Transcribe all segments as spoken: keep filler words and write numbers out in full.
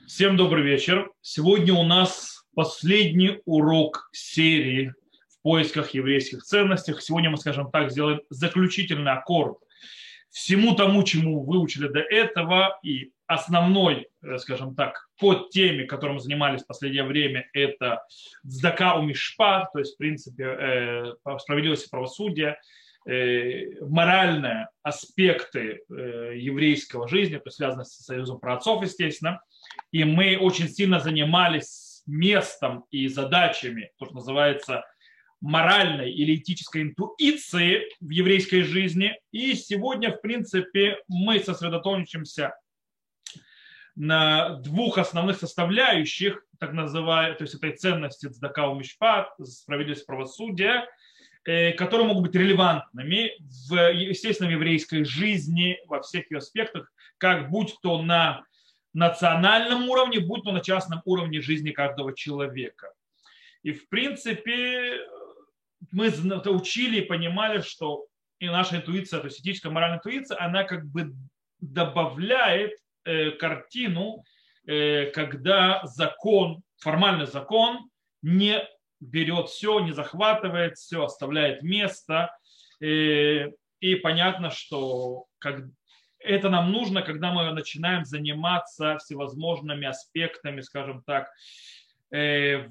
Всем добрый вечер. Сегодня у нас последний урок серии в поисках еврейских ценностей. Сегодня мы, скажем так, сделаем заключительный аккорд всему тому, чему выучили до этого. И основной, э, скажем так, под теме, которой мы занимались в последнее время, это цдака у мишпат, то есть, в принципе, э, справедливость и правосудие, э, моральные аспекты э, еврейского жизни, то есть связанные с союзом праотцов, естественно. И мы очень сильно занимались местом и задачами, то, что называется моральной или этической интуиции в еврейской жизни. И сегодня, в принципе, мы сосредоточимся на двух основных составляющих, так называемой, то есть этой ценности цдака у мишпат, справедливость правосудия, которые могут быть релевантными в, естественно, в еврейской жизни во всех ее аспектах, как будь то на национальном уровне, будь то на частном уровне жизни каждого человека. И, в принципе, мы это учили и понимали, что и наша интуиция, то есть этическая моральная интуиция, она как бы добавляет э, картину, э, когда закон, формальный закон не берет все, не захватывает все, оставляет место. Э, и понятно, что как это нам нужно, когда мы начинаем заниматься всевозможными аспектами, скажем так, в,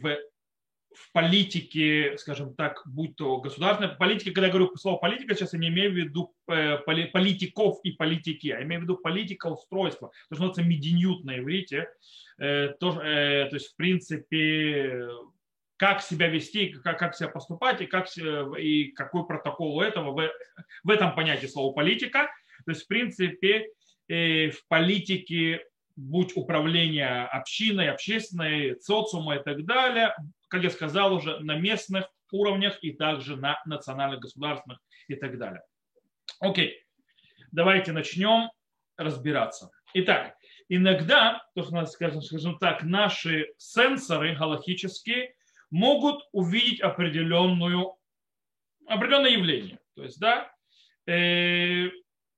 в политике, скажем так, будь то государственной политики. Когда я говорю слово политика, сейчас я не имею в виду политиков и политики, а имею в виду политика устройства. То, что называется мединют на иврите. То, то есть, в принципе, как себя вести, как, как себя поступать и, как, и какой протокол у этого. В, в этом понятии слова политика. То есть, в принципе, в политике, будь управление общиной, общественной, социума и так далее, как я сказал уже, на местных уровнях и также на национальных, государственных и так далее. Окей, давайте начнем разбираться. Итак, иногда, то, что, скажем, скажем так, наши сенсоры галахические могут увидеть определенную, определенное явление. То есть, да, э,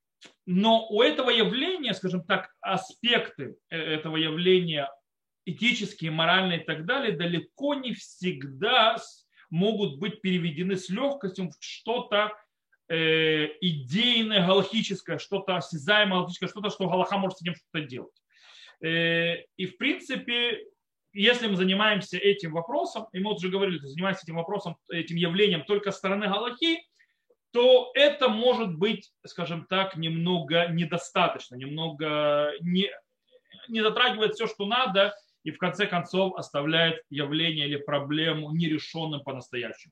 но у этого явления, скажем так, аспекты этого явления этические, моральные и так далее, далеко не всегда могут быть переведены с легкостью в что-то э, идейное, галахическое, что-то осязаемое, галахическое, что-то, что галаха может с этим что-то делать. Э, и в принципе, если мы занимаемся этим вопросом, и мы уже говорили, занимаемся этим вопросом, этим явлением только со стороны галахи, то это может быть, скажем так, немного недостаточно, немного не, не затрагивает все, что надо, и в конце концов оставляет явление или проблему нерешенным по-настоящему.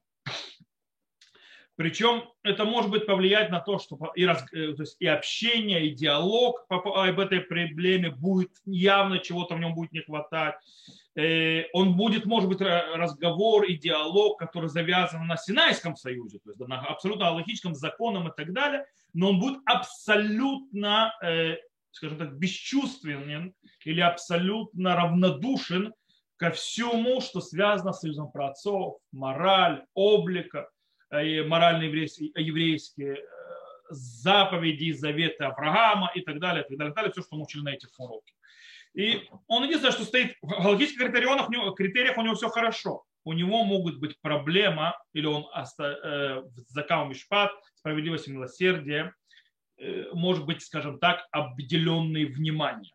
Причем это может быть повлиять на то, что и, раз, то есть и общение, и диалог об этой проблеме будет явно, чего-то в нем будет не хватать. Он будет, может быть, разговор и диалог, который завязан на Синайском союзе, то есть на абсолютно логическом законом и так далее, но он будет абсолютно, скажем так, бесчувственен или абсолютно равнодушен ко всему, что связано с союзом праотцов, мораль, облика, моральные еврейские, еврейские заповеди, заветы Авраама и так далее, и так далее, все, что мы учили на этих уроках. И он единственное, что стоит в галахических критериях, у него, критериях у него все хорошо. У него могут быть проблемы, или он в цдака у мишпат, справедливость и милосердие, может быть, скажем так, обделенные вниманием.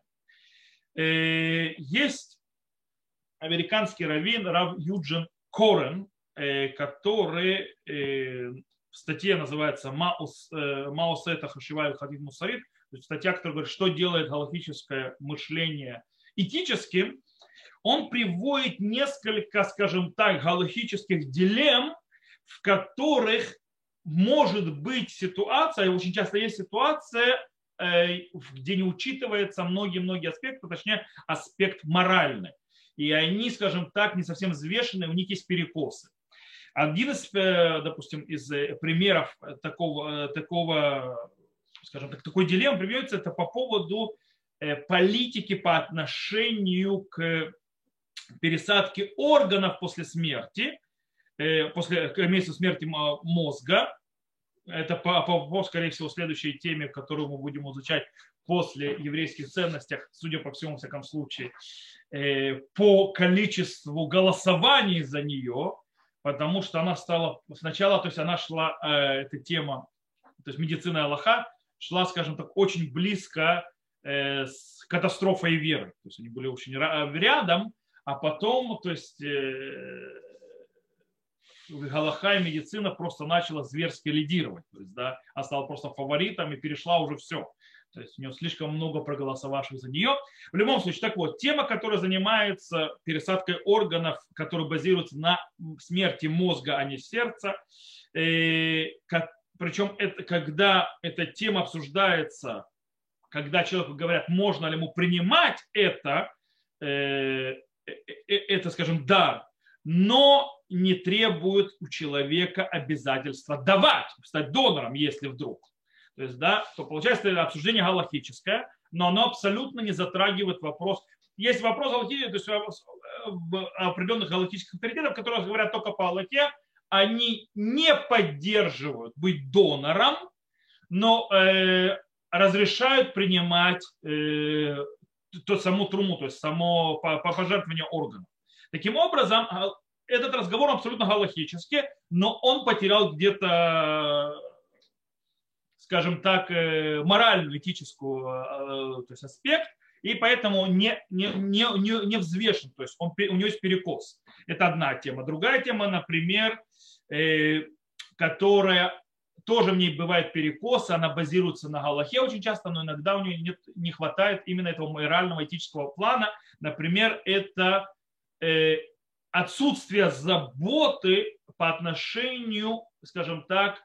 Есть американский раввин Рав Юджин Корен, который в статье называется «Маосета хашива хадид мусарит», то есть статья, которая говорит, что делает галахическое мышление этическим, он приводит несколько, скажем так, галахических дилемм, в которых может быть ситуация, и очень часто есть ситуация, где не учитывается многие-многие аспекты, точнее аспект моральный. И они, скажем так, не совсем взвешены, у них есть перекосы. Один из, допустим, из примеров такого, такого скажем так, такой дилеммы приводится, это по поводу политики по отношению к пересадке органов после смерти, после месяца смерти мозга. Это по, по, по, скорее всего, следующей теме, которую мы будем изучать после еврейских ценностях, судя по всему, во всяком случае, по количеству голосований за нее, потому что она стала сначала, то есть она шла, эта тема, то есть медицина Аллаха, шла, скажем так, очень близко с катастрофой веры. То есть они были очень рядом, а потом, то есть Галаха и медицина просто начала зверски лидировать. То есть, да, она стала просто фаворитом и перешла уже все. То есть у нее слишком много проголосовавших за нее. В любом случае, так вот, тема, которая занимается пересадкой органов, которая базируется на смерти мозга, а не сердца. И, как, причем это, когда эта тема обсуждается, когда человеку говорят, можно ли ему принимать это, э, это, скажем, дар, но не требует у человека обязательства давать, стать донором, если вдруг. То есть, да, то получается это обсуждение галахическое, но оно абсолютно не затрагивает вопрос. Есть вопрос галахический, то есть определенных галахических авторитетов, которые говорят только по Аллахе, они не поддерживают быть донором, но э, разрешают принимать э, то, саму труму, то есть само пожертвование органов. Таким образом, этот разговор абсолютно галахический, но он потерял где-то, скажем так, моральную, этическую, то есть аспект, и поэтому не, не, не, не, не взвешен, то есть он, у него есть перекос. Это одна тема. Другая тема, например, э, которая тоже в ней бывает перекос, она базируется на галахе очень часто, но иногда у нее нет, не хватает именно этого морального, этического плана. Например, это э, отсутствие заботы по отношению, скажем так,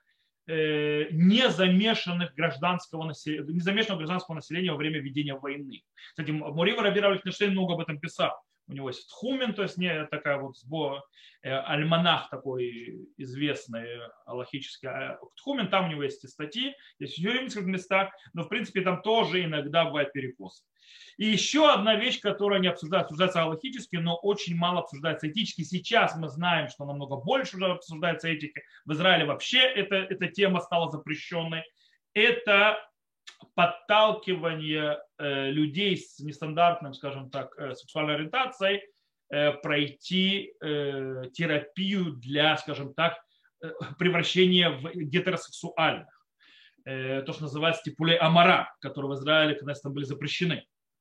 незамешанных гражданского населения, незамешанного гражданского населения во время ведения войны. Кстати, Мурива Раби Лихтенштейн много об этом писал. У него есть Тхумин, то есть не такая вот сбор, э, альманах такой известный, аллахический. Тхумин, там у него есть и статьи, есть еще в нескольких местах, но в принципе там тоже иногда бывает перекос. И еще одна вещь, которая не обсуждается, обсуждается аллахически, но очень мало обсуждается этически. Сейчас мы знаем, что намного больше уже обсуждается этика. В Израиле вообще эта, эта тема стала запрещенной. Это подталкивание э, людей с нестандартным, скажем так, э, сексуальной ориентацией э, пройти э, терапию для, скажем так, э, превращения в гетеросексуальных. Э, то, что называется типулей амара, которые в Израиле когда-то были запрещены.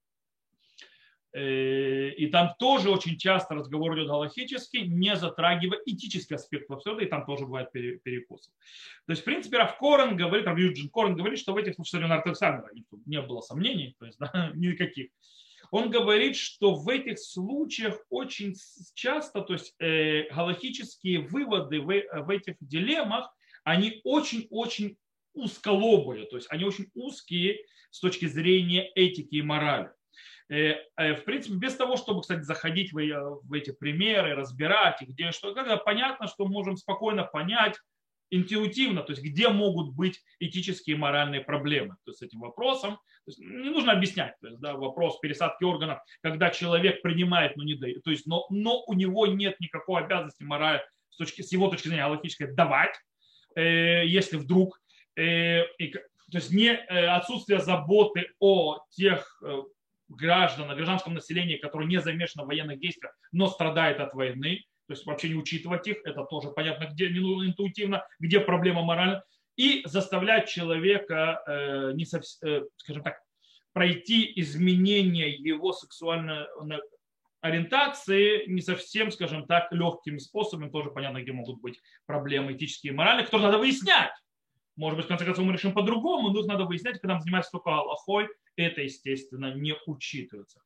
И там тоже очень часто разговор идет галахический, не затрагивая этический аспект абсурда, и там тоже бывает перекосы. То есть, в принципе, Рав Корен говорит, Рав Юджин Корен говорит, что в этих случаях не было сомнений, то есть, да, никаких. Он говорит, что в этих случаях очень часто, то есть, э, галахические выводы в, в этих дилеммах, они очень-очень узколобые, то есть они очень узкие с точки зрения этики и морали. В принципе, без того, чтобы, кстати, заходить в эти примеры, разбирать их, где что, когда понятно, что можем спокойно понять интуитивно, то есть где могут быть этические и моральные проблемы, то есть с этим вопросом. То есть не нужно объяснять, то есть, да, вопрос пересадки органов, когда человек принимает, но не дает, то есть, но, но у него нет никакой обязанности морали с, точки, с его точки зрения галахической давать, э, если вдруг, э, и, то есть не э, отсутствие заботы о тех э, граждан, о гражданском населении, которое не замешано в военных действиях, но страдает от войны, то есть вообще не учитывать их, это тоже понятно, где интуитивно, где проблема моральная, и заставлять человека, э, не совсем, э, скажем так, пройти изменение его сексуальной ориентации не совсем, скажем так, легкими способами, тоже понятно, где могут быть проблемы этические и моральные, которые надо выяснять. Может быть, в конце концов, мы решим по-другому, но надо выяснять, когда мы занимаемся только Аллахой, это, естественно, не учитывается.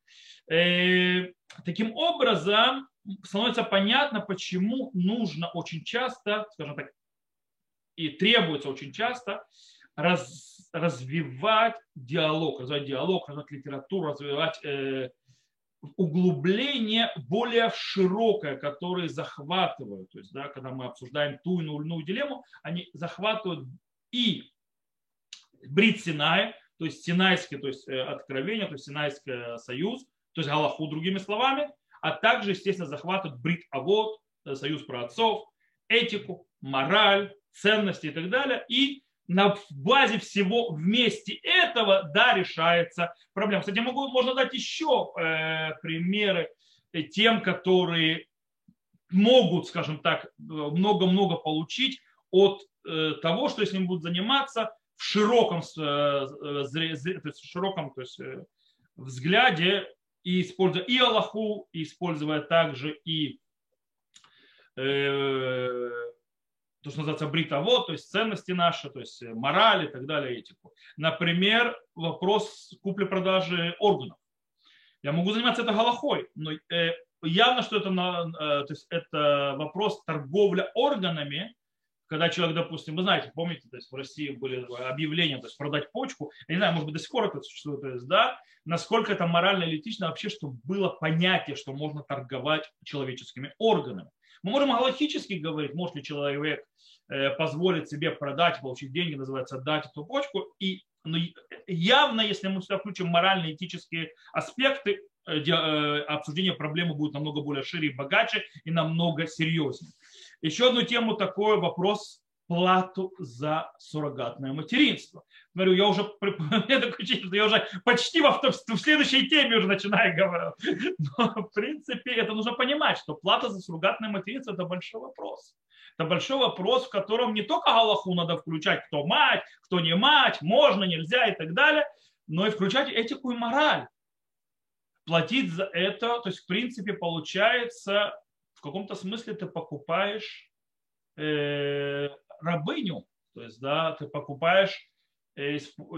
Таким образом, становится понятно, почему нужно очень часто, скажем так, и требуется очень часто раз, развивать диалог, развивать диалог, развивать литературу, развивать э, углубление более широкое, которые захватывают, то есть, да, когда мы обсуждаем ту или иную дилемму, они захватывают и Брит Синай, то есть Синайский, то есть откровение, то есть Синайский союз, то есть Галаху, другими словами, а также, естественно, захватывают Брит Авот, союз праотцов, этику, мораль, ценности и так далее, и на базе всего вместе этого, да, решается проблема. Кстати, могу, можно дать еще э, примеры тем, которые могут, скажем так, много-много получить от э, того, что если им будут заниматься в широком, э, зре, зре, то есть в широком то есть, э, взгляде, и используя и Аллаху, и используя также и э, то, что называется бритово, то есть ценности наши, то есть мораль и так далее, этику. Например, вопрос купли-продажи органов. Я могу заниматься это галахой, но э, явно, что это, на, э, то есть это вопрос торговля органами, когда человек, допустим, вы знаете, помните, то есть в России были объявления, то есть продать почку, я не знаю, может быть, до сих пор это существует, то есть, да, насколько это морально или этично вообще, чтобы было понятие, что можно торговать человеческими органами. Мы можем галахически говорить, может ли человек э, позволить себе продать, получить деньги, называется, дать эту почку, и но явно, если мы сюда включим моральные, этические аспекты, э, э, обсуждение проблемы будет намного более шире и богаче, и намного серьезнее. Еще одну тему такой вопрос плату за суррогатное материнство. Говорю, я уже, я уже почти во, в следующей теме уже начинаю говорить. Но в принципе это нужно понимать, что плата за суррогатное материнство это большой вопрос. Это большой вопрос, в котором не только галаху надо включать, кто мать, кто не мать, можно, нельзя и так далее, но и включать этику и мораль. Платить за это, то есть в принципе получается, в каком-то смысле ты покупаешь э, рабыню, то есть да, ты покупаешь э,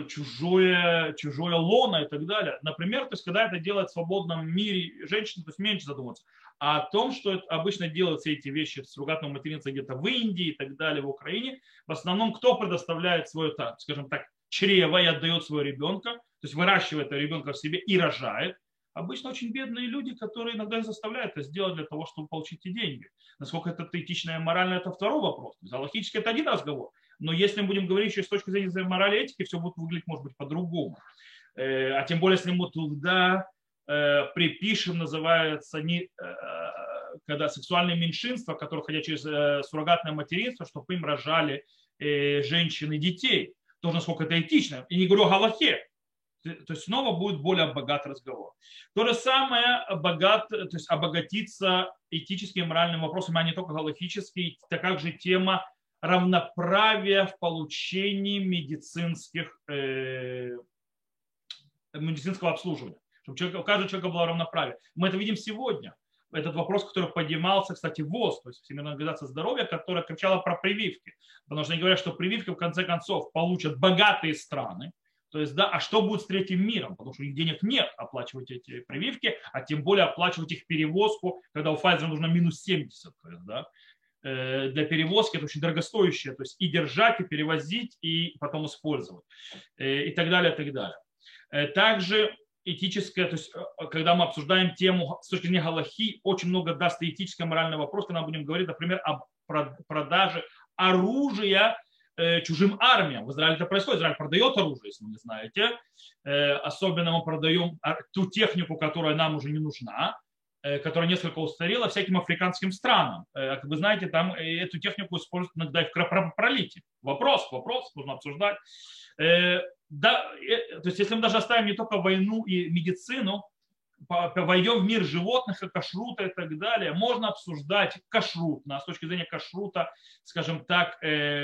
чужое, чужое лоно и так далее. Например, то есть когда это делает в свободном мире женщина, то есть меньше задумываться. А о том, что это обычно делают все эти вещи с суррогатного материнства где-то в Индии и так далее, в Украине, в основном кто предоставляет свое, так, скажем так, чрево и отдает своего ребенка, то есть выращивает этого ребенка в себе и рожает. Обычно очень бедные люди, которые иногда заставляют это сделать для того, чтобы получить эти деньги. Насколько это этично и морально, это второй вопрос. Логически это один разговор. Но если мы будем говорить еще с точки зрения морали и этики, все будет выглядеть, может быть, по-другому. А тем более, если мы туда припишем, называется, не, когда сексуальные меньшинства, которые ходят через суррогатное материнство, чтобы им рожали женщины детей. Тоже насколько это этично. И не говорю о галахе. То есть снова будет более богат разговор. То же самое богат, то есть обогатиться этическими и моральными вопросами, а не только галахические, это также тема равноправия в получении медицинских, э, медицинского обслуживания. Чтобы человек, у каждого человека было равноправие. Мы это видим сегодня. Этот вопрос, который поднимался, кстати, ВОЗ, то есть Всемирная организация здоровья, которая кричала про прививки. Потому что они говорят, что прививки в конце концов получат богатые страны. То есть, да, а что будет с третьим миром? Потому что у них денег нет оплачивать эти прививки, а тем более оплачивать их перевозку, когда у Pfizer нужно минус семьдесят. То есть, да, для перевозки это очень дорогостоящее. То есть и держать, и перевозить, и потом использовать. И так далее, и так далее. Также этическое, то есть когда мы обсуждаем тему с точки зрения галахи, очень много даст этический, моральный вопрос, когда мы будем говорить, например, о продаже оружия чужим армиям. В Израиле это происходит. Израиль продает оружие, если вы не знаете. Особенно мы продаем ту технику, которая нам уже не нужна, которая несколько устарела всяким африканским странам. Как вы знаете, там эту технику используют иногда и в кровопролитии. Вопрос, вопрос, нужно обсуждать. Да, то есть если мы даже оставим не только войну и медицину, войдем в мир животных и кашрута и так далее, можно обсуждать кашрутно, с точки зрения кашрута, скажем так,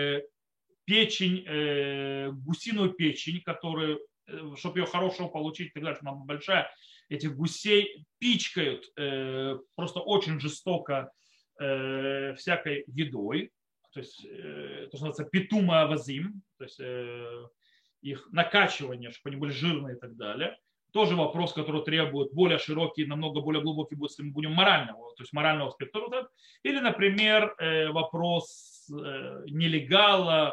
печень, э, гусиную печень, которую, чтобы ее хорошего получить, тогда что она большая, этих гусей пичкают э, просто очень жестоко э, всякой едой, то есть э, то, что называется питума авазим, то есть э, их накачивание, чтобы они были жирные и так далее. Тоже вопрос, который требует более широкий, намного более глубокий будет, если мы будем морального, то есть морального аспекта. Или, например, э, вопрос э, нелегалов,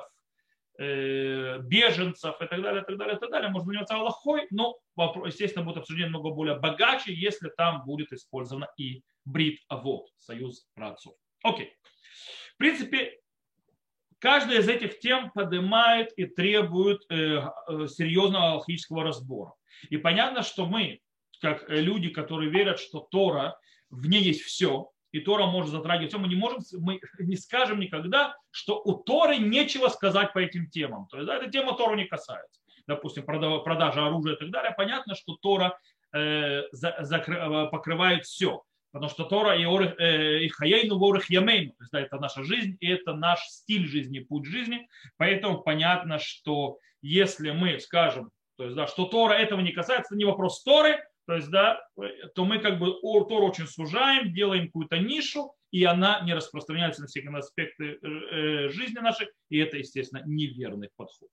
беженцев и так далее, и так далее, и так далее. Может заниматься Аллахой, но, естественно, будет обсуждение много более богаче, если там будет использовано и брит авот, союз праотцов. Окей. В принципе, каждая из этих тем поднимает и требует серьезного аллахического разбора. И понятно, что мы, как люди, которые верят, что Тора, в ней есть все, и Тора может затрагивать все. Мы не можем, мы не скажем никогда, что у Торы нечего сказать по этим темам. То есть да, эта тема Тору не касается. Допустим, продажа оружия и так далее. Понятно, что Тора э, за, закры, покрывает все. Потому что Тора и хаяйну ворых ямейну, то есть да, это наша жизнь, и это наш стиль жизни, путь жизни. Поэтому понятно, что если мы скажем, то есть, да, что Тора этого не касается, это не вопрос Торы, то есть, да, то мы как бы Тору очень сужаем, делаем какую-то нишу, и она не распространяется на все аспекты жизни нашей, и это, естественно, неверный подход.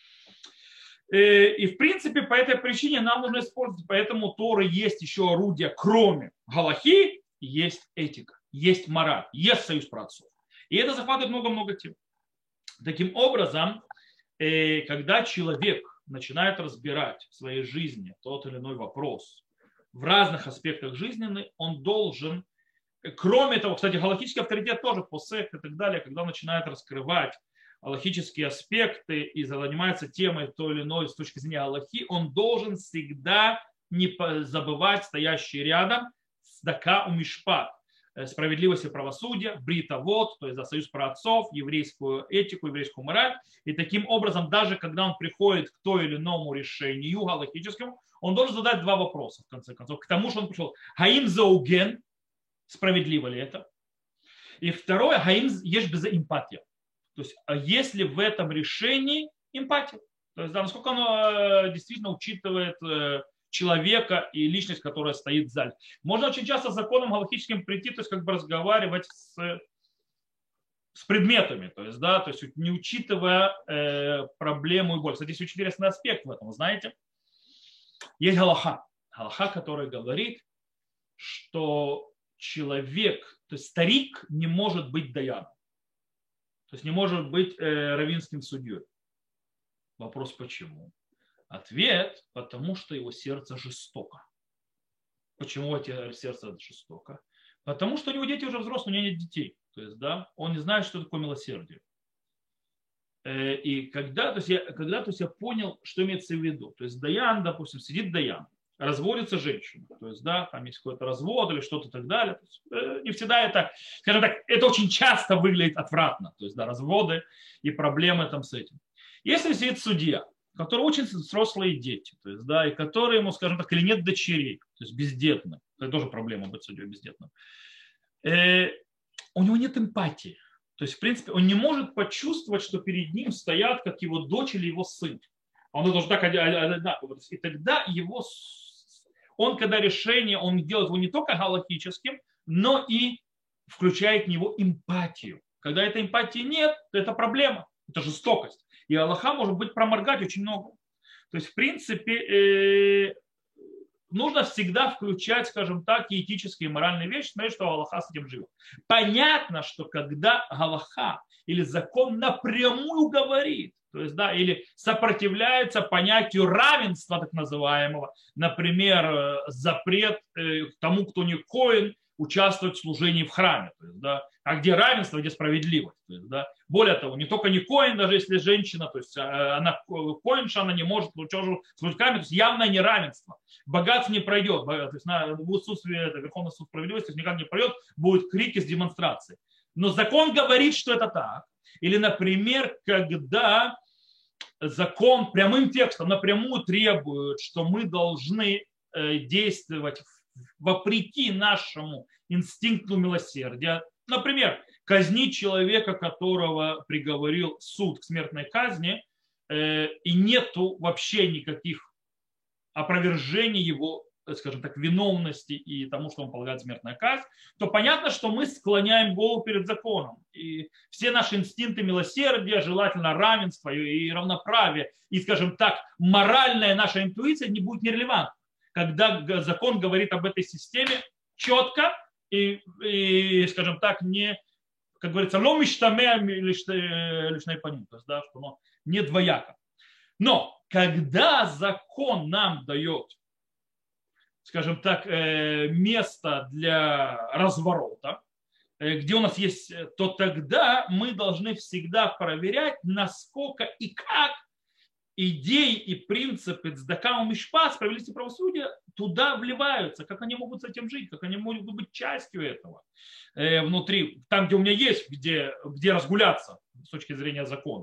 И, в принципе, по этой причине нам нужно использовать, поэтому у Торы есть еще орудия, кроме галахи, есть этика, есть мораль, есть союз праотцов. И это захватывает много-много тем. Таким образом, когда человек начинает разбирать в своей жизни тот или иной вопрос в разных аспектах жизни, он должен, кроме того, кстати, галахический авторитет тоже, посех и так далее, когда он начинает раскрывать галахические аспекты и занимается темой той или иной с точки зрения галахи, он должен всегда не забывать стоящий рядом цдака у мишпат, справедливость и правосудие, бритовод, то есть за союз праотцов, еврейскую этику, еврейскую мораль. И таким образом, даже когда он приходит к той или иному решению галахическому, он должен задать два вопроса, в конце концов, к тому, что он пришел. Хаим зауген, справедливо ли это? И второе, хаим еш без эмпатия. То есть, есть ли в этом решении эмпатия? То есть, да, насколько оно действительно учитывает человека и личность, которая стоит сзади. Можно очень часто законом галахическим прийти, то есть как бы разговаривать с, с предметами, то есть, да, то есть не учитывая э, проблему и боль. Кстати, есть очень интересный аспект в этом, знаете. Есть галаха. Галаха, который говорит, что человек, то есть старик не может быть даяном. То есть не может быть э, раввинским судьей. Вопрос почему? Ответ, потому что его сердце жестоко. Почему это сердце жестоко? Потому что у него дети уже взрослые, у него нет детей. То есть, да, он не знает, что такое милосердие. И когда, то есть я, когда то есть я понял, что имеется в виду. То есть Даян, допустим, сидит Даян, разводится женщина. То есть, да, там есть какой-то развод или что-то и так далее. То есть, не всегда это, скажем так, это очень часто выглядит отвратно. То есть, да, разводы и проблемы там с этим. Если сидит судья, которые очень взрослые дети, то есть, да, и которые ему, скажем так, или нет дочерей, то есть бездетны, это тоже проблема быть судьей бездетным, э, у него нет эмпатии. То есть, в принципе, он не может почувствовать, что перед ним стоят как его дочь или его сын. Он должен так одинаково. И тогда его, он, когда решение, он делает его не только галахическим, но и включает в него эмпатию. Когда этой эмпатии нет, то это проблема, это жестокость. И Аллаха может быть проморгать очень много. То есть, в принципе, э, нужно всегда включать, скажем так, и этические, и моральные вещи, смотреть, что Аллаха с этим живет. Понятно, что когда Аллаха или закон напрямую говорит, то есть, да, или сопротивляется понятию равенства, так называемого, например, запрет э, тому, кто не коин, участвовать в служении в храме. То есть, да, а где равенство, где справедливость. То есть, да. Более того, не только не коин, даже если женщина, то есть она коинша, она не может служить в храме, то есть явное неравенство. Богатство не пройдет, то есть на, в отсутствии Верховного суда справедливости никак не пройдет, будут крики с демонстрацией. Но закон говорит, что это так. Или, например, когда закон прямым текстом напрямую требует, что мы должны действовать вопреки нашему инстинкту милосердия. Например, казнить человека, которого приговорил суд к смертной казни, и нету вообще никаких опровержений его, скажем так, виновности и тому, что он полагает смертная казнь, то понятно, что мы склоняем голову перед законом. И все наши инстинкты милосердия, желательно равенства и равноправия, и, скажем так, моральная наша интуиция не будет нерелевантна. Когда закон говорит об этой системе четко и, и скажем так, не, как говорится, лом миштаме лишней паним, то есть, да, что оно не двояко. Но когда закон нам дает, скажем так, место для разворота, где у нас есть, то тогда мы должны всегда проверять, насколько и как идеи и принципы цдака у мишпат, справедливости и правосудия, туда вливаются, как они могут с этим жить, как они могут быть частью этого э, внутри, там, где у меня есть, где, где разгуляться с точки зрения закона.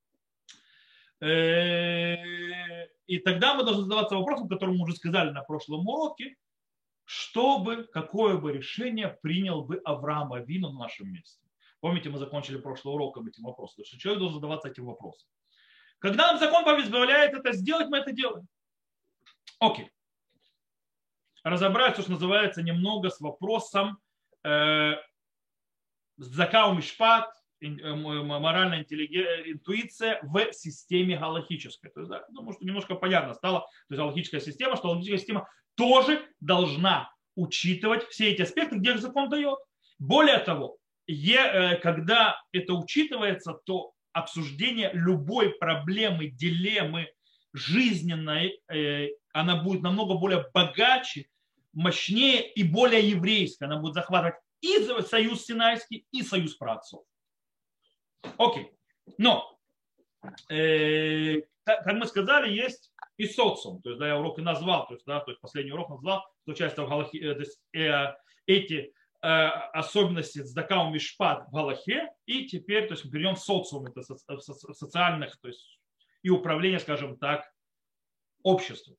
Э, и тогда мы должны задаваться вопросом, который мы уже сказали на прошлом уроке, что бы, какое бы решение принял бы Авраам Авину на нашем месте. Помните, мы закончили прошлый урок об этим вопросом, что человек должен задаваться этим вопросом. Когда нам закон позволяет это сделать, мы это делаем. Окей. Разобрать, что называется, немного с вопросом э, закау мишпат, моральная интуиция в системе галахической. То есть, да, потому что немножко понятно стало, то есть галахическая система, что галахическая система тоже должна учитывать все эти аспекты, где закон дает. Более того, когда это учитывается, то обсуждение любой проблемы, дилеммы жизненной, она будет намного более богаче, мощнее и более еврейская. Она будет захватывать и союз Синайский, и союз праотцов. Окей. Но, э, как мы сказали, есть и социум. То есть, да, я урок и назвал, то есть, да, то есть последний урок назвал, что часто в Галахе, э, э, эти э, особенности цдака мишпат в Галахе, и теперь, то есть, мы перейдем в социум, это со, со, социальных, то есть, и управление, скажем так, обществом.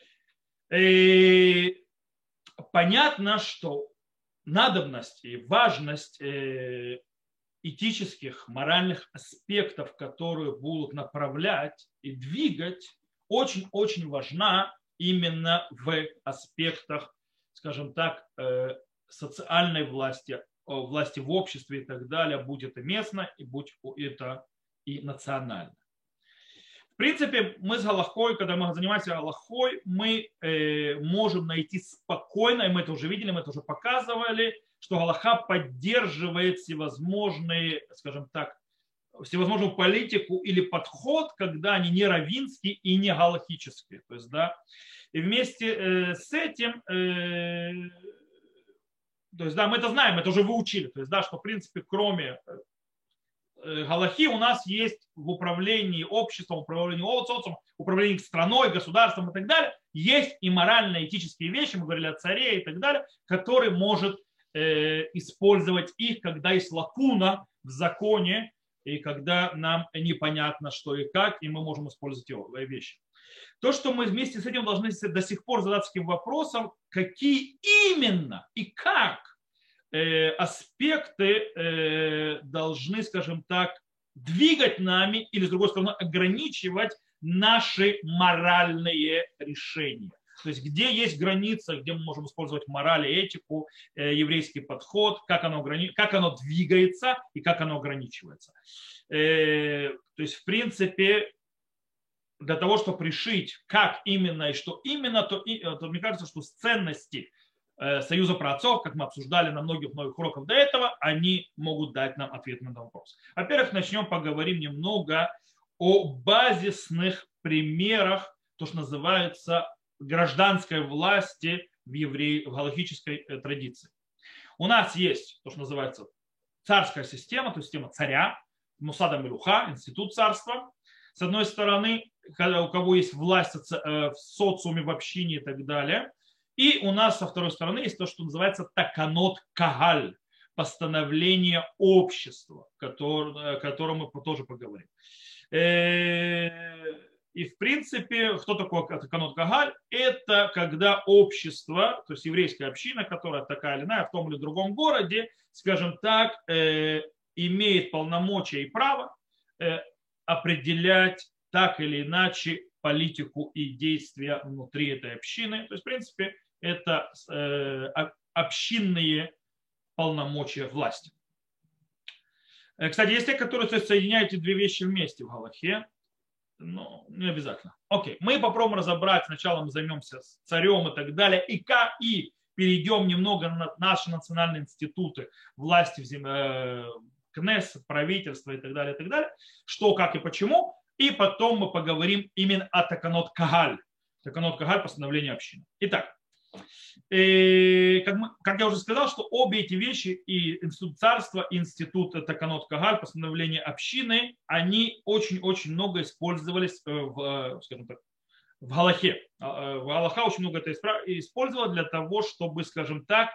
И понятно, что надобность и важность э, этических, моральных аспектов, которые будут направлять и двигать, очень-очень важна именно в аспектах, скажем так, социальной власти, власти в обществе и так далее, будь это местно, и будь это и национально. В принципе, мы с галахой, когда мы занимаемся галахой, мы можем найти спокойно, и мы это уже видели, мы это уже показывали, что галаха поддерживает всевозможные, скажем так, всевозможную политику или подход, когда они не раввинские и не галахические. То есть, да, и вместе э, с этим, э, то есть, да, мы это знаем, это уже выучили. То есть, да, что, в принципе, кроме э, галахи у нас есть в управлении обществом, управлении социумом, управлении страной, государством и так далее, есть и морально-этические вещи, мы говорили о царе и так далее, который может использовать их, когда есть лакуна в законе, и когда нам непонятно, что и как, и мы можем использовать эти вещи. То, что мы вместе с этим должны до сих пор задаться таким вопросом, какие именно и как аспекты должны, скажем так, двигать нами или, с другой стороны, ограничивать наши моральные решения. То есть где есть граница, где мы можем использовать мораль и этику, э, еврейский подход, как оно, как оно двигается и как оно ограничивается. Э, то есть, в принципе, для того, чтобы решить, как именно и что именно, то, и, то мне кажется, что с ценности э, союза праотцов, как мы обсуждали на многих многих уроках до этого, они могут дать нам ответ на этот вопрос. Во-первых, начнем поговорим немного о базисных примерах, то, что называется гражданской власти в, евре... в галахической традиции. У нас есть то, что называется царская система, то есть система царя, Мусада Мелуха, институт царства. С одной стороны, когда у кого есть власть в социуме, в общине и так далее. И у нас со второй стороны есть то, что называется таканот кагаль, постановление общества, о котором мы тоже поговорим. И, в принципе, кто такой таканот кагаль? Это когда общество, то есть еврейская община, которая такая или иная в том или другом городе, скажем так, э, имеет полномочия и право э, определять так или иначе политику и действия внутри этой общины. То есть, в принципе, это э, общинные полномочия власти. Кстати, есть те, которые соединяют эти две вещи вместе в галахе. Ну, не обязательно. Окей, мы попробуем разобрать. Сначала мы займемся царем и так далее. И, как, и перейдем немного на наши национальные институты власти, Кнессет, правительства и так далее, и так далее. Что, как и почему. И потом мы поговорим именно о таканот кагаль. Таканот кагаль, постановление общины. Итак, И, как, мы, как я уже сказал, что обе эти вещи, и институт царства, и институт таканот кагаль, постановление общины, они очень-очень много использовались в, скажем так, в Галахе. В Галаха очень много это использовала для того, чтобы, скажем так,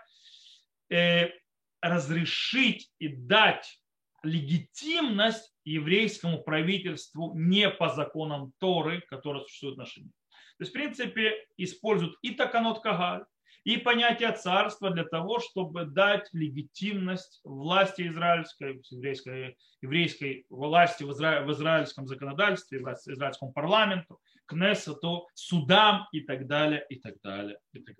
разрешить и дать легитимность еврейскому правительству не по законам Торы, которые существуют в наши дни. То есть, в принципе, используют и таканот Кагаль, и понятие царства для того, чтобы дать легитимность власти израильской, еврейской, еврейской власти в, изра... в израильском законодательстве, в израильском парламенту, Кнессету, судам и так далее, и так далее, и так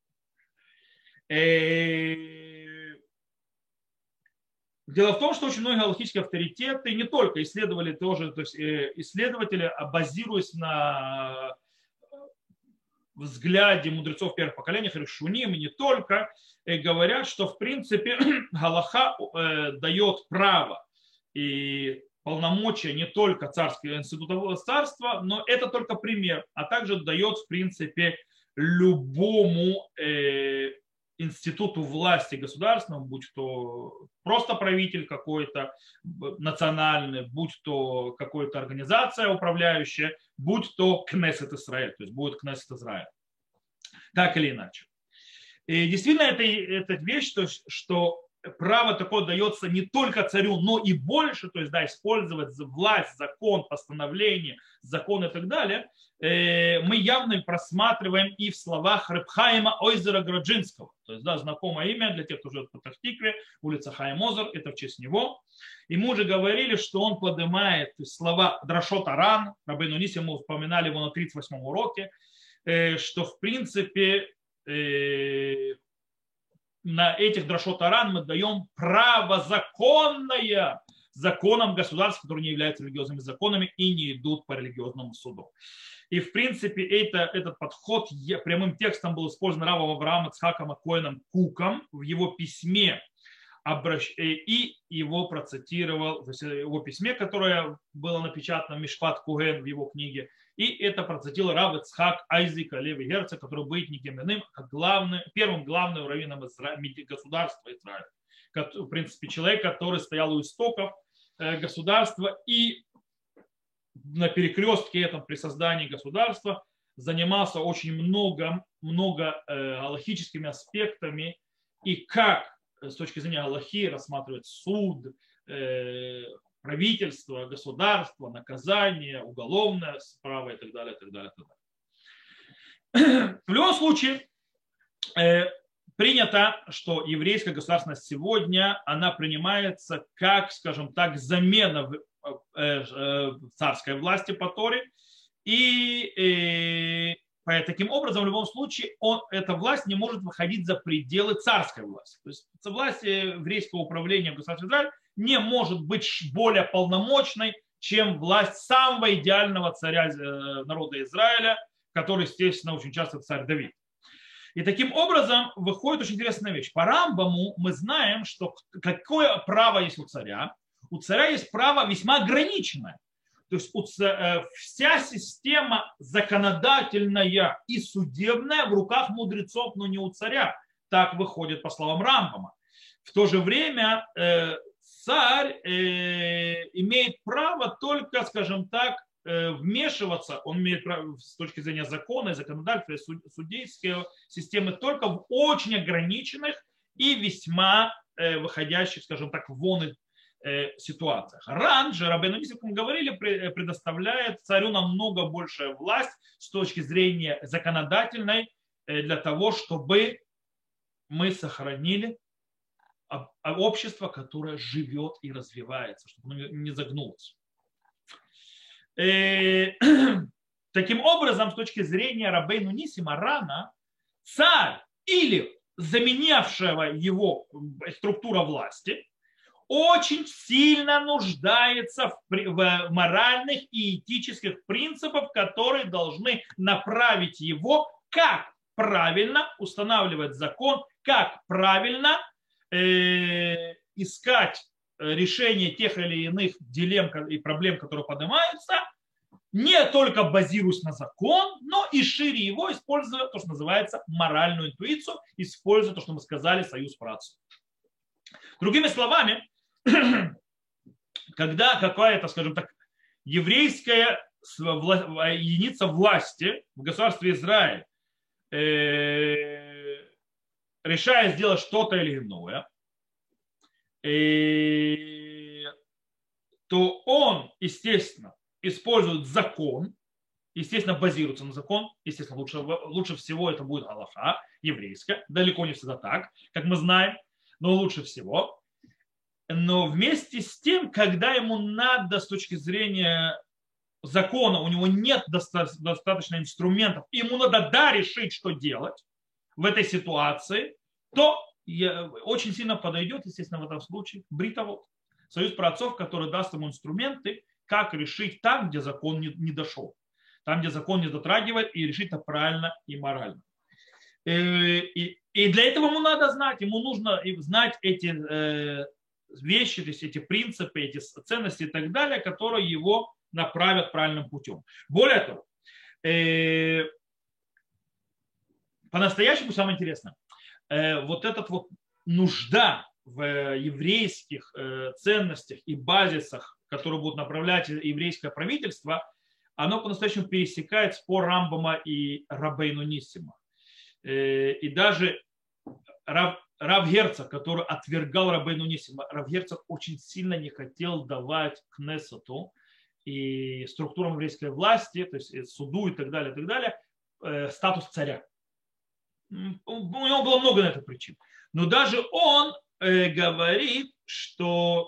далее. Дело в том, что очень многие галахические авторитеты не только исследовали тоже, то есть исследователи, базируясь на взгляде мудрецов первых поколений, решуним, и не только, говорят, что в принципе Галаха дает право и полномочия не только царского института царства, но это только пример, а также дает в принципе любому институту власти государственному, будь то просто правитель какой-то национальный, будь то какая-то организация управляющая, будь то Кнессет Израиль, то есть будет Кнессет Израиль. Так или иначе. И действительно, это, это вещь, что, что право такое дается не только царю, но и больше, то есть да, использовать власть, закон, постановление, закон и так далее, мы явно просматриваем и в словах Реб Хаима Ойзера Граджинского. То есть, да, знакомое имя для тех, кто живет в Петах-Тикве, улица Хаим Озер, это в честь него. И мы уже говорили, что он поднимает слова Драшот Аран, Рабейну Ниси, мы упоминали его на тридцать восьмом уроке, что в принципе на этих Драшот Аран мы даем право законное законам государств, которые не являются религиозными законами и не идут по религиозному суду. И в принципе это, этот подход прямым текстом был использован Равом Авраамом Ицхаком Коэном Куком в его письме и его процитировал в его письме, которое было напечатано Мишпат Коэн в его книге, и это процитировал Рав Ицхак Айзек Леви Герцог, который будет никем иным, как главный, первым главным раввином государства Израиля. В принципе, человек, который стоял у истоков государства и на перекрестке этом при создании государства занимался очень много, много галахическими аспектами и как с точки зрения галахи рассматривать суд, правительство, государство, наказание, уголовное право и так далее, и так далее, и так далее. В любом случае, принято, что еврейская государственность сегодня, она принимается как, скажем так, замена царской власти по Торе. И таким образом, в любом случае, он, эта власть не может выходить за пределы царской власти. То есть власть еврейского управления в государстве Израиль не может быть более полномочной, чем власть самого идеального царя народа Израиля, который, естественно, очень часто царь Давид. И таким образом выходит очень интересная вещь. По Рамбаму мы знаем, что какое право есть у царя. У царя есть право весьма ограниченное. То есть вся система законодательная и судебная в руках мудрецов, но не у царя. Так выходит по словам Рамбама. В то же время царь имеет право только, скажем так, вмешиваться, он имеет право с точки зрения закона и законодательства, и судейской системы только в очень ограниченных и весьма выходящих, скажем так, вон ситуациях. Ран же, Рабейну Ниси, как мы говорили, предоставляет царю намного большая власть с точки зрения законодательной для того, чтобы мы сохранили общество, которое живет и развивается, чтобы оно не загнулось. Таким образом, с точки зрения Рабейну Нисима Рана, царь или заменявшего его структура власти очень сильно нуждается в, в моральных и этических принципах, которые должны направить его, как правильно устанавливать закон, как правильно э, искать решение тех или иных дилемм и проблем, которые поднимаются, не только базируясь на закон, но и шире его, используя то, что называется моральную интуицию, используя то, что мы сказали, союз працу. Другими словами, когда какая-то, скажем так, еврейская единица власти в государстве Израиль э, решает сделать что-то или иное, э, то он, естественно, использует закон, естественно, базируется на закон, естественно, лучше, лучше всего это будет галаха еврейская, далеко не всегда так, как мы знаем, но лучше всего. Но вместе с тем, когда ему надо с точки зрения закона, у него нет доста- достаточно инструментов, и ему надо да решить, что делать в этой ситуации, то очень сильно подойдет, естественно, в этом случае бритовод, союз праотцов, который даст ему инструменты, как решить там, где закон не, не дошел, там, где закон не дотрагивает, и решить это правильно и морально. И, и, и для этого ему надо знать, ему нужно знать эти э, вещи, то есть эти принципы, эти ценности и так далее, которые его направят правильным путем. Более того, э, по-настоящему самое интересное, э, вот этот вот нужда в еврейских э, ценностях и базисах, которые будут направлять еврейское правительство, оно по-настоящему пересекает спор Рамбама и Рабейну Ниссима. Э, и даже Рав, Рав Герцог, который отвергал Рабейну Ниссима, Рав Герцог очень сильно не хотел давать Кнессету и структурам еврейской власти, то есть суду и так далее, и так далее, э, статус царя. У него было много на это причин. Но даже он э, говорит, что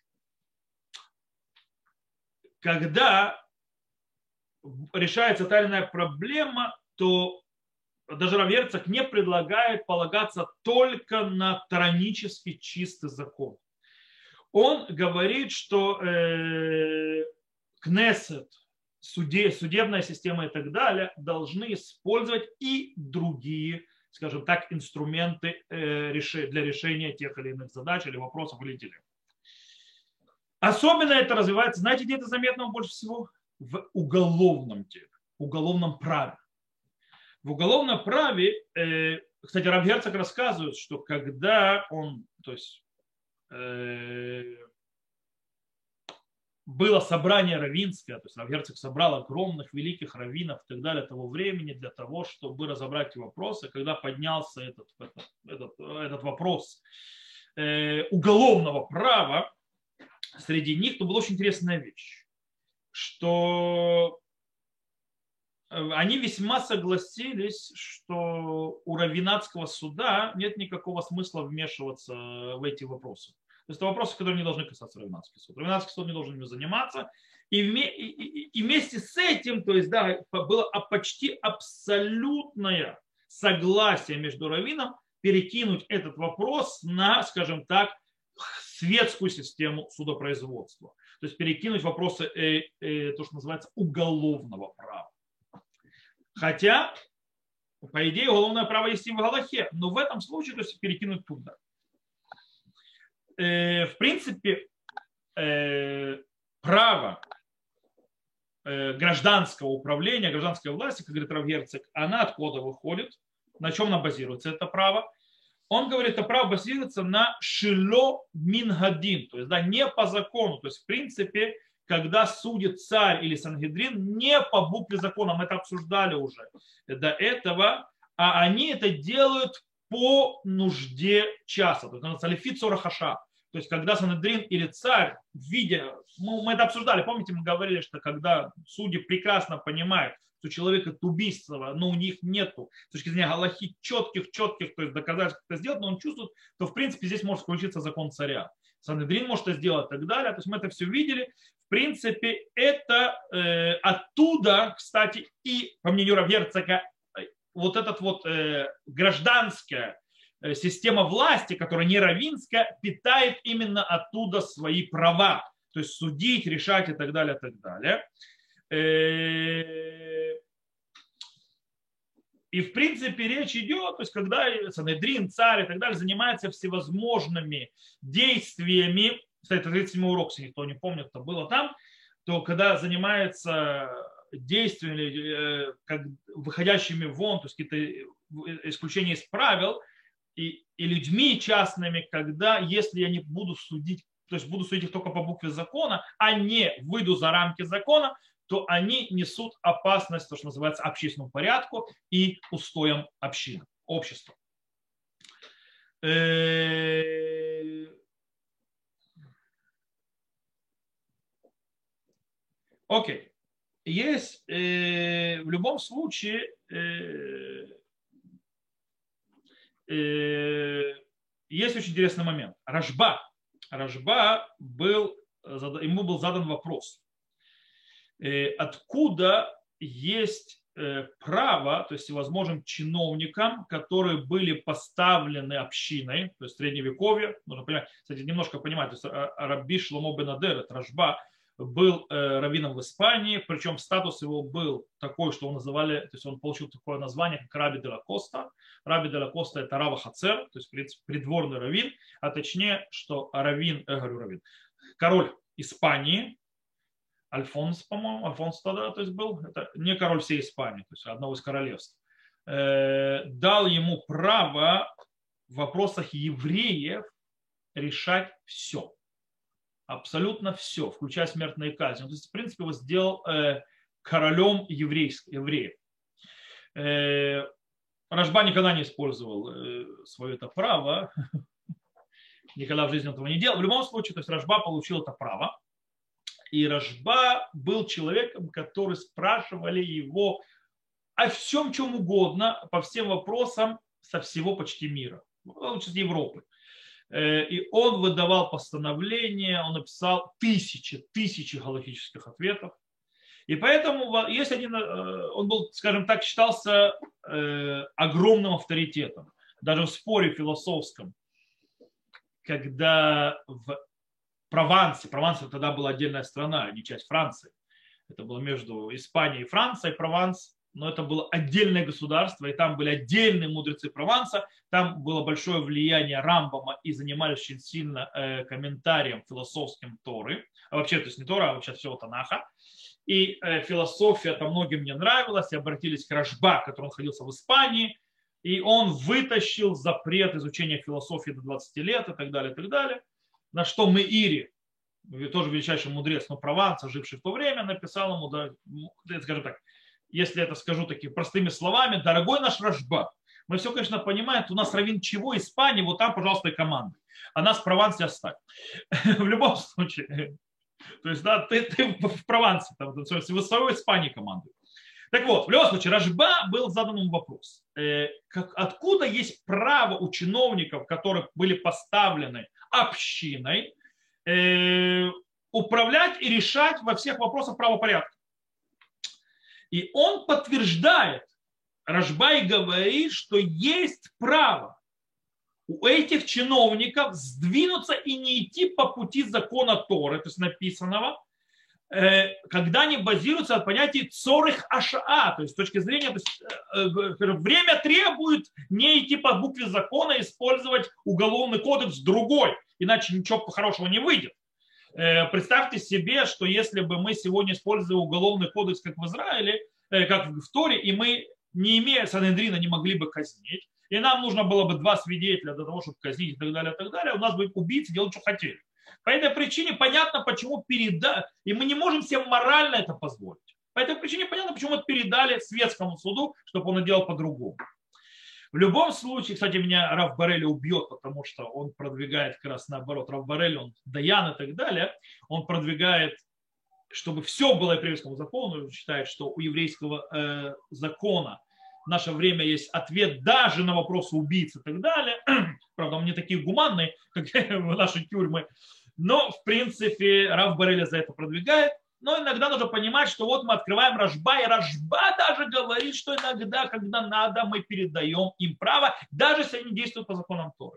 когда решается тайная проблема, то даже Рав Герцог не предлагает полагаться только на таранически чистый закон. Он говорит, что э, Кнессет, суде, судебная система и так далее должны использовать и другие, скажем так, инструменты э, для решения тех или иных задач или вопросов или дилемм. Особенно это развивается, знаете, где это заметно больше всего? В уголовном деле, уголовном праве. В уголовном праве, э, кстати, Рав Герцог рассказывает, что когда он, то есть э, было собрание раввинское, то есть Рав Герцог собрал огромных великих раввинов и так далее того времени для того, чтобы разобрать эти вопросы, когда поднялся этот, этот, этот, этот вопрос э, уголовного права среди них, то была очень интересная вещь, что они весьма согласились, что у раввинатского суда нет никакого смысла вмешиваться в эти вопросы. То есть это вопросы, которые не должны касаться раввинатского суда. Раввинатский суд не должен ими заниматься. И, вме, и, и, и вместе с этим, то есть, да, было почти абсолютное согласие между раввином перекинуть этот вопрос на, скажем так, светскую систему судопроизводства. То есть перекинуть вопросы, э, э, то, что называется, уголовного права. Хотя, по идее, уголовное право есть и в Галахе, но в этом случае, то есть перекинуть туда. Э, в принципе, э, право э, гражданского управления, гражданской власти, как говорит Рав Герцог, она откуда выходит, на чем она базируется, это право. Он говорит, это право базируется на шило мингадин, то есть да, не по закону, то есть в принципе, когда судит царь или Сангедрин не по букве закона, мы это обсуждали уже до этого, а они это делают по нужде часа, то есть называется лефит сорахаша. То есть когда Сангедрин или царь, видя, мы, мы это обсуждали, помните, мы говорили, что когда судьи прекрасно понимают, что человек это убийство, но у них нету с точки зрения галахи четких, четких, то есть доказательств, как это сделать, но он чувствует, то в принципе здесь может включиться закон царя. Сангедрин может это сделать и так далее. То есть мы это все видели. В принципе, это э, оттуда, кстати, и по мнению Рав Герцога, вот эта вот э, гражданская э, система власти, которая не раввинская, питает именно оттуда свои права. То есть судить, решать и так далее, и так далее. Э, И, в принципе, речь идет, то есть, когда Сангедрин, царь и так далее занимаются всевозможными действиями, кстати, это тридцать седьмой урок, если никто не помнит, это было там, то когда занимаются действиями, как выходящими вон, то есть какие-то исключения из правил, и, и людьми частными, когда, если я не буду судить, то есть буду судить их только по букве закона, а не выйду за рамки закона, то они несут опасность, то, что называется, общественному порядку и устоям общины, общества. Окей. Есть э, в любом случае э, э, есть очень интересный момент. Рашба. Рашба был, ему был задан вопрос. Э, откуда есть э, право, то есть всевозможным чиновникам, которые были поставлены общиной, то есть средневековье, нужно понимать, кстати, немножко понимать, то есть Рабби Шломо бен Адер, это Рашба, был э, раввином в Испании, причем статус его был такой, что его называли, то есть он получил такое название, как Раби де ла Коста. Раби де ла Коста это Рава Хацер, то есть в принципе придворный раввин, а точнее, что раввин, я говорю раввин, король Испании, Альфонс, по-моему, Альфонс тогда, то есть был, это не король всей Испании, то есть одного из королевств, э, дал ему право в вопросах евреев решать все. Абсолютно все, включая смертные казни. То есть, в принципе, его сделал э, королем евреев. Э, Рашба никогда не использовал э, свое это право, никогда в жизни этого не делал. В любом случае, то есть Рашба получил это право. И Рашба был человеком, который спрашивали его о всем, чем угодно, по всем вопросам со всего почти мира, лучше с Европы. И он выдавал постановления, он написал тысячи, тысячи галактических ответов. И поэтому есть один, он был, скажем так, считался огромным авторитетом. Даже в споре философском, когда в Провансе, Прованс тогда была отдельная страна, не часть Франции. Это было между Испанией и Францией, Прованс. Но это было отдельное государство, и там были отдельные мудрецы Прованса, там было большое влияние Рамбама, и занимались очень сильно э, комментарием философским Торы, а вообще, то есть не Тора, а вообще всего Танаха, и э, философия там многим не нравилась, и обратились к Рашба, который находился в Испании, и он вытащил запрет изучения философии до двадцати лет и так далее, и так далее, на что Меири, тоже величайший мудрец, но Прованса, живший в то время, написал ему, да, скажем так, если это скажу такими простыми словами, дорогой наш Рашба, мы все, конечно, понимаем, у нас раввин чего, Испании, вот там, пожалуйста, и команды. А нас в Провансе оставь. В любом случае. То есть, да, ты, ты в Провансе, там, в своей Испании команды. Так вот, в любом случае, Рашба был задан ему вопрос. Э, как, откуда есть право у чиновников, которые были поставлены общиной, э, управлять и решать во всех вопросах правопорядка? И он подтверждает, Рашба и говорит, что есть право у этих чиновников сдвинуться и не идти по пути закона Торы, то есть написанного, когда они базируются от понятия цорых ашаа, то есть с точки зрения, то есть, время требует не идти по букве закона, использовать уголовный кодекс другой, иначе ничего хорошего не выйдет. Представьте себе, что если бы мы сегодня использовали уголовный кодекс, как в Израиле, как в Торе, и мы, не имея Санхедрина, не могли бы казнить, и нам нужно было бы два свидетеля для того, чтобы казнить и так далее, и так далее, у нас бы убийцы делали, что хотели. По этой причине понятно, почему передали, и мы не можем себе морально это позволить. По этой причине понятно, почему это передали светскому суду, чтобы он делал по-другому. В любом случае, кстати, меня Рав Барели убьет, потому что он продвигает как раз наоборот. Рав Барели, он даян и так далее, он продвигает, чтобы все было по еврейскому закону, он считает, что у еврейского э, закона в наше время есть ответ даже на вопросы убийц и так далее. Правда, он не такие гуманные, как в нашей тюрьмы, но в принципе Рав Барели за это продвигает. Но иногда нужно понимать, что вот мы открываем Рашба, и Рашба даже говорит, что иногда, когда надо, мы передаем им право, даже если они действуют по законам Торы.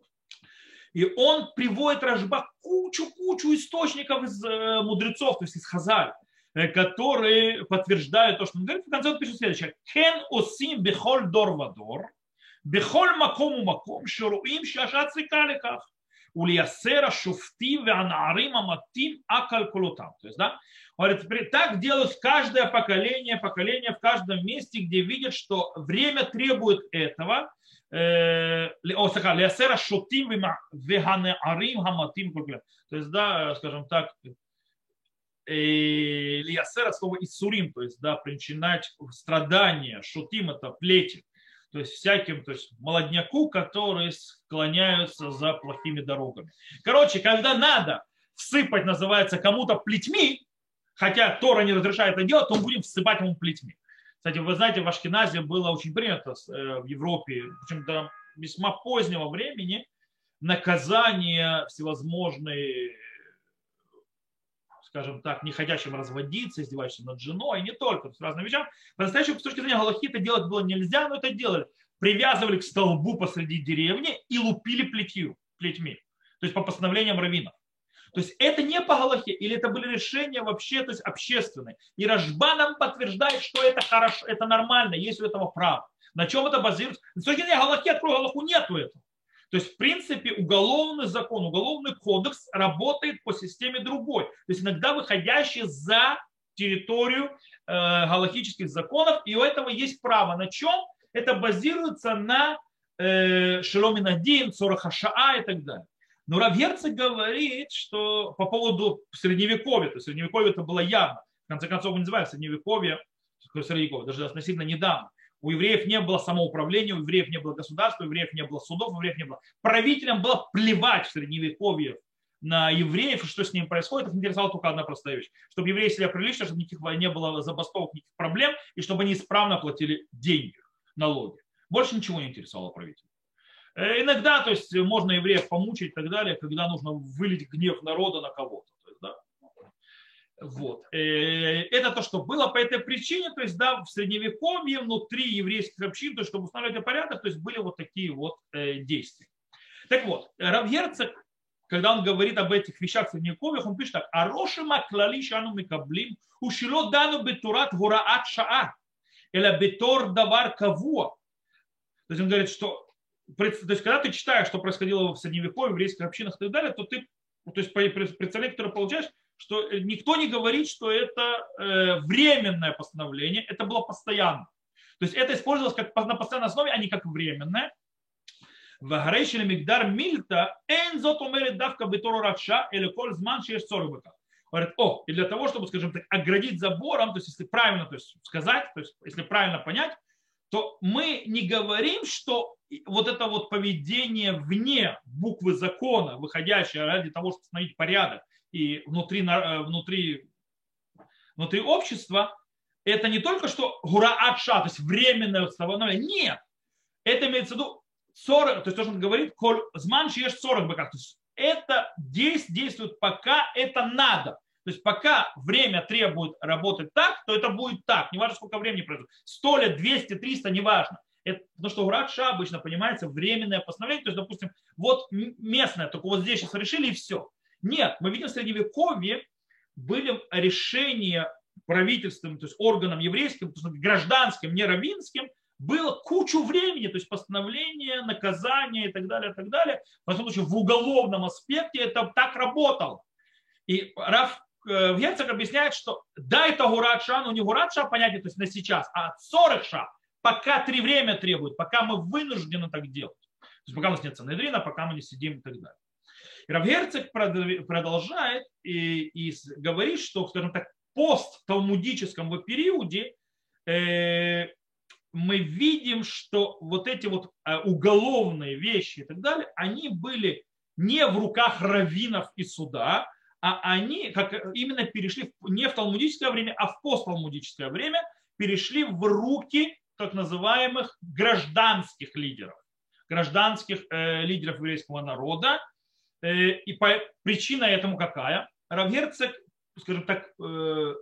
И он приводит Рашба кучу-кучу источников из э, мудрецов, то есть из Хазаль, э, которые подтверждают то, что он говорит. В конце он пишет следующее. Кен осим бехоль дор вадор, бехоль маком у маком, шуруим шашат цикаликах. Улиясера шуфтим веанаарим аматим акалькулутам. То есть, да, говорит, так делают в каждое поколение, поколение в каждом месте, где видят, что время требует этого. Лиясера шуфтим веанаарим аматим. То есть, да, скажем так, лиясер от слова иссурим, то есть, да, причинять страдания, шутим это плети, то есть всяким, то есть молодняку, которые склоняются за плохими дорогами. Короче, когда надо всыпать, называется, кому-то плетьми, хотя Тора не разрешает это делать, то мы будем всыпать ему плетьми. Кстати, вы знаете, в Ашкеназе было очень принято в Европе, причем до весьма позднего времени, наказания всевозможные, скажем так, не хотящим разводиться, издевающимся над женой, и не только, с разными вещами. По-настоящему, с точки зрения галахи, это делать было нельзя, но это делали. Привязывали к столбу посреди деревни и лупили плетью, плетьми. То есть по постановлениям раввинов. То есть это не по галахе, или это были решения вообще, то есть общественные. И Рашба нам подтверждает, что это хорошо, это нормально, есть у этого право. На чем это базируется? С точки зрения галахи, открой галаху, нету этого. То есть, в принципе, уголовный закон, уголовный кодекс работает по системе другой. То есть, иногда выходящий за территорию э, галахических законов, и у этого есть право. На чем? Это базируется на э, Шеломин один, Цораха Шаа и так далее. Но Рав Герцог говорит, что по поводу средневековья, то есть средневековье это было явно. В конце концов, мы называем средневековье, средневековье, даже относительно недавно. У евреев не было самоуправления, у евреев не было государства, у евреев не было судов, у евреев не было. Правителям было плевать в средневековье на евреев, что с ними происходит. Их интересовала только одна простая вещь. Чтобы евреи себя прилично, чтобы никаких не было забастовок, никаких проблем, и чтобы они исправно платили деньги, налоги. Больше ничего не интересовало правителя. Иногда, то есть, можно евреев помучить и так далее, когда нужно вылить гнев народа на кого-то. Вот. Это то, что было по этой причине, то есть, да, в средневековье внутри еврейских общин, то есть, чтобы устанавливать порядок, то есть были вот такие вот действия. Так вот, Рав Герцог, когда он говорит об этих вещах в средневековье, он пишет так: «Арошима клали шану микаблим, ушило дану бетурат гураат шаа, эля бетор давар кавуа». То есть он говорит, что то есть, когда ты читаешь, что происходило в средневековье, в еврейских общинах и так далее, то ты, то есть, представление, которое получаешь, что никто не говорит, что это э, временное постановление, это было постоянно. То есть это использовалось как на постоянной основе, а не как временное. Говорит, о, и для того, чтобы, скажем так, оградить забором, то есть если правильно, то есть сказать, то есть если правильно понять, то мы не говорим, что вот это вот поведение вне буквы закона, выходящее ради того, чтобы установить порядок, и внутри, внутри, внутри общества, это не только что гураат ша, то есть временное установление. Нет. Это имеется в виду сорок, то есть то, что он говорит, коль зман шиеш сорок быках. То есть это действует, пока это надо. То есть пока время требует работать так, то это будет так. Неважно, сколько времени пройдет. сто лет, двести, триста, неважно. Это, потому что гураат ша обычно понимается временное постановление. То есть, допустим, вот местное, только вот здесь сейчас решили и все. Нет, мы видим в средневековье были решения правительством, то есть органом еврейским, гражданским, не раввинским, было кучу времени, то есть постановление, наказание и так далее, и так далее. В случае в уголовном аспекте это так работало. И Рав Герцог объясняет, что да, это гурат ша, но не гурат ша понятие, то есть на сейчас, а сорок ша, пока три время требует, пока мы вынуждены так делать. То есть пока у нас нет Санедрина, пока мы не сидим и так далее. И Рав Герцог продолжает и, и говорит, что, скажем так, постталмудическом периоде э, мы видим, что вот эти вот уголовные вещи и так далее, они были не в руках раввинов и суда, а они как именно перешли не в талмудическое время, а в постталмудическое время перешли в руки так называемых гражданских лидеров, гражданских э, лидеров еврейского народа. Э, и по, причина этому какая? Рав Герцог, скажем так, э,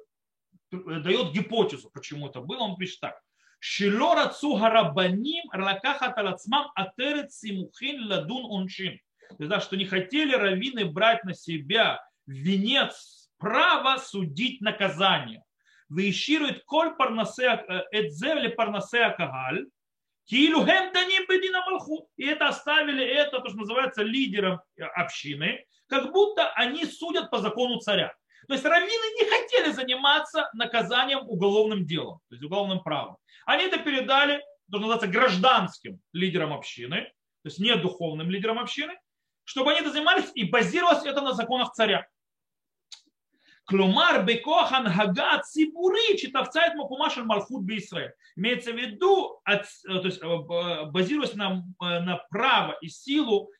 дает гипотезу, почему это было. Он пишет так: «Шило рацу гарабаним ракахат алацмам атерет симухин ладун уншин». То есть, да, что не хотели раввины брать на себя венец права судить наказание. Вещирует коль парнасе эдзевли парнасе кагаль, килюхем даним бедина малхут. И это оставили это, то, что называется, лидером общины, как будто они судят по закону царя. То есть раввины не хотели заниматься наказанием уголовным делом, то есть уголовным правом. Они это передали, то, что называется, гражданским лидерам общины, то есть не духовным лидерам общины, чтобы они это занимались, и базировалось это на законах царя. Клумар бекохан гага цибури читавцает макумашель малхут бисраэль. Имеется в виду, от, то есть, базируясь на, на право и силу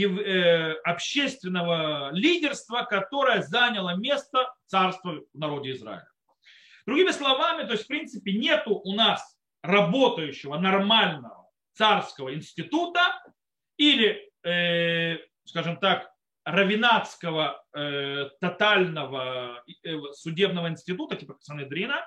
общественного лидерства, которое заняло место царства в народе Израиля. Другими словами, то есть в принципе нету у нас работающего нормального царского института или, э, скажем так, равинатского э, тотального э, судебного института, типа Санедрина,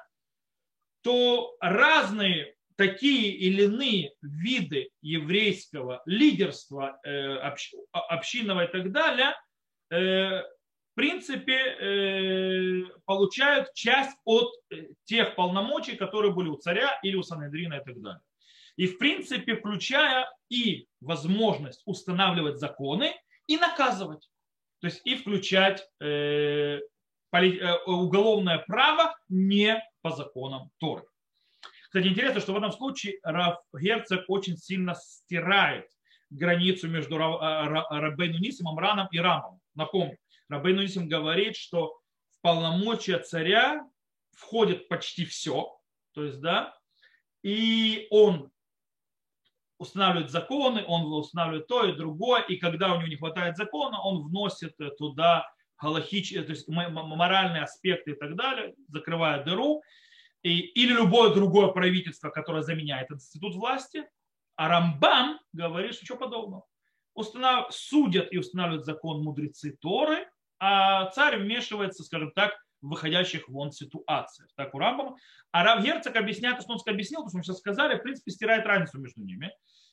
то разные такие или иные виды еврейского лидерства, э, общ, общинного и так далее, э, в принципе, э, получают часть от тех полномочий, которые были у царя или у Санедрина и так далее. И в принципе, включая и возможность устанавливать законы и наказывать. То есть и включать э, поли, э, уголовное право не по законам Торы. Кстати, интересно, что в этом случае Рав Герцог очень сильно стирает границу между Рабейну Нисимом, Раном и Рамом. Напомню, Рабейну Нисим говорит, что в полномочия царя входит почти все, то есть, да, и он устанавливает законы, он устанавливает то и другое, и когда у него не хватает закона, он вносит туда галахические, то есть моральные аспекты и так далее, закрывая дыру. И, или любое другое правительство, которое заменяет институт власти, а Рамбам говорит, что ничего подобного. Установ... Судят и устанавливают закон мудрецы Торы, а царь вмешивается, скажем так, в выходящих вон ситуациях. Так у Рамбама. А Рав Герцог объясняет, что он объяснил, то, что мы сейчас сказали, в принципе, стирает разницу между ними.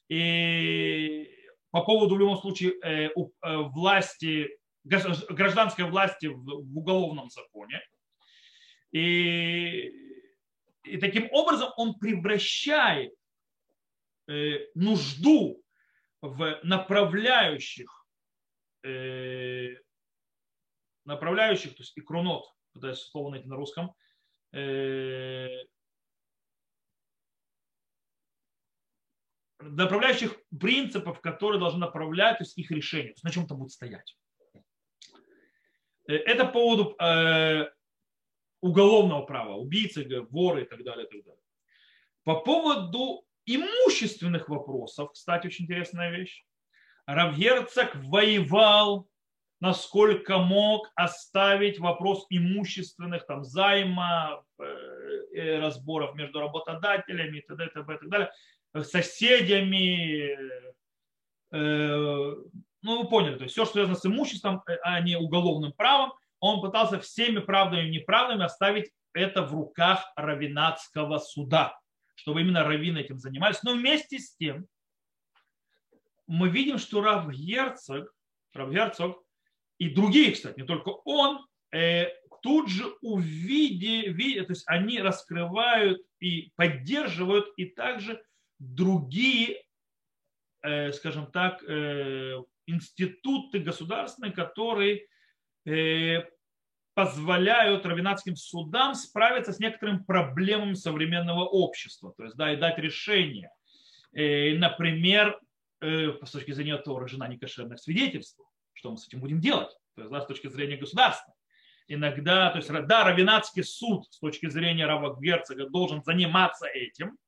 И по поводу, в любом случае, власти, гражданской власти в уголовном законе. И И таким образом он превращает нужду в направляющих, направляющих, то есть икронот, пытаюсь слово найти на русском, направляющих принципов, которые должны направлять, то есть их решение, то есть на чем-то будет стоять. Это по поводу уголовного права, убийцы, воры и так далее, и так далее. По поводу имущественных вопросов, кстати, очень интересная вещь. Рав Герцог воевал, насколько мог, оставить вопрос имущественных, там, займа, э, разборов между работодателями и так далее, и так далее, соседями. Э, ну, вы поняли, то есть все, что связано с имуществом, а не уголовным правом, он пытался всеми правдами и неправдами оставить это в руках равинатского суда, чтобы именно раввины этим занимались. Но вместе с тем мы видим, что Рав Герцог, Рав Герцог и другие, кстати, не только он, э, тут же увидели, то есть они раскрывают и поддерживают и также другие, э, скажем так, э, институты государственные, которые позволяют равинатским судам справиться с некоторыми проблемами современного общества, то есть да, и дать решение. Например, с точки зрения Торы, жена некошерных свидетельств, что мы с этим будем делать, то есть да, с точки зрения государства. Иногда, то есть да, равинатский суд с точки зрения Рава Герцога должен заниматься этим,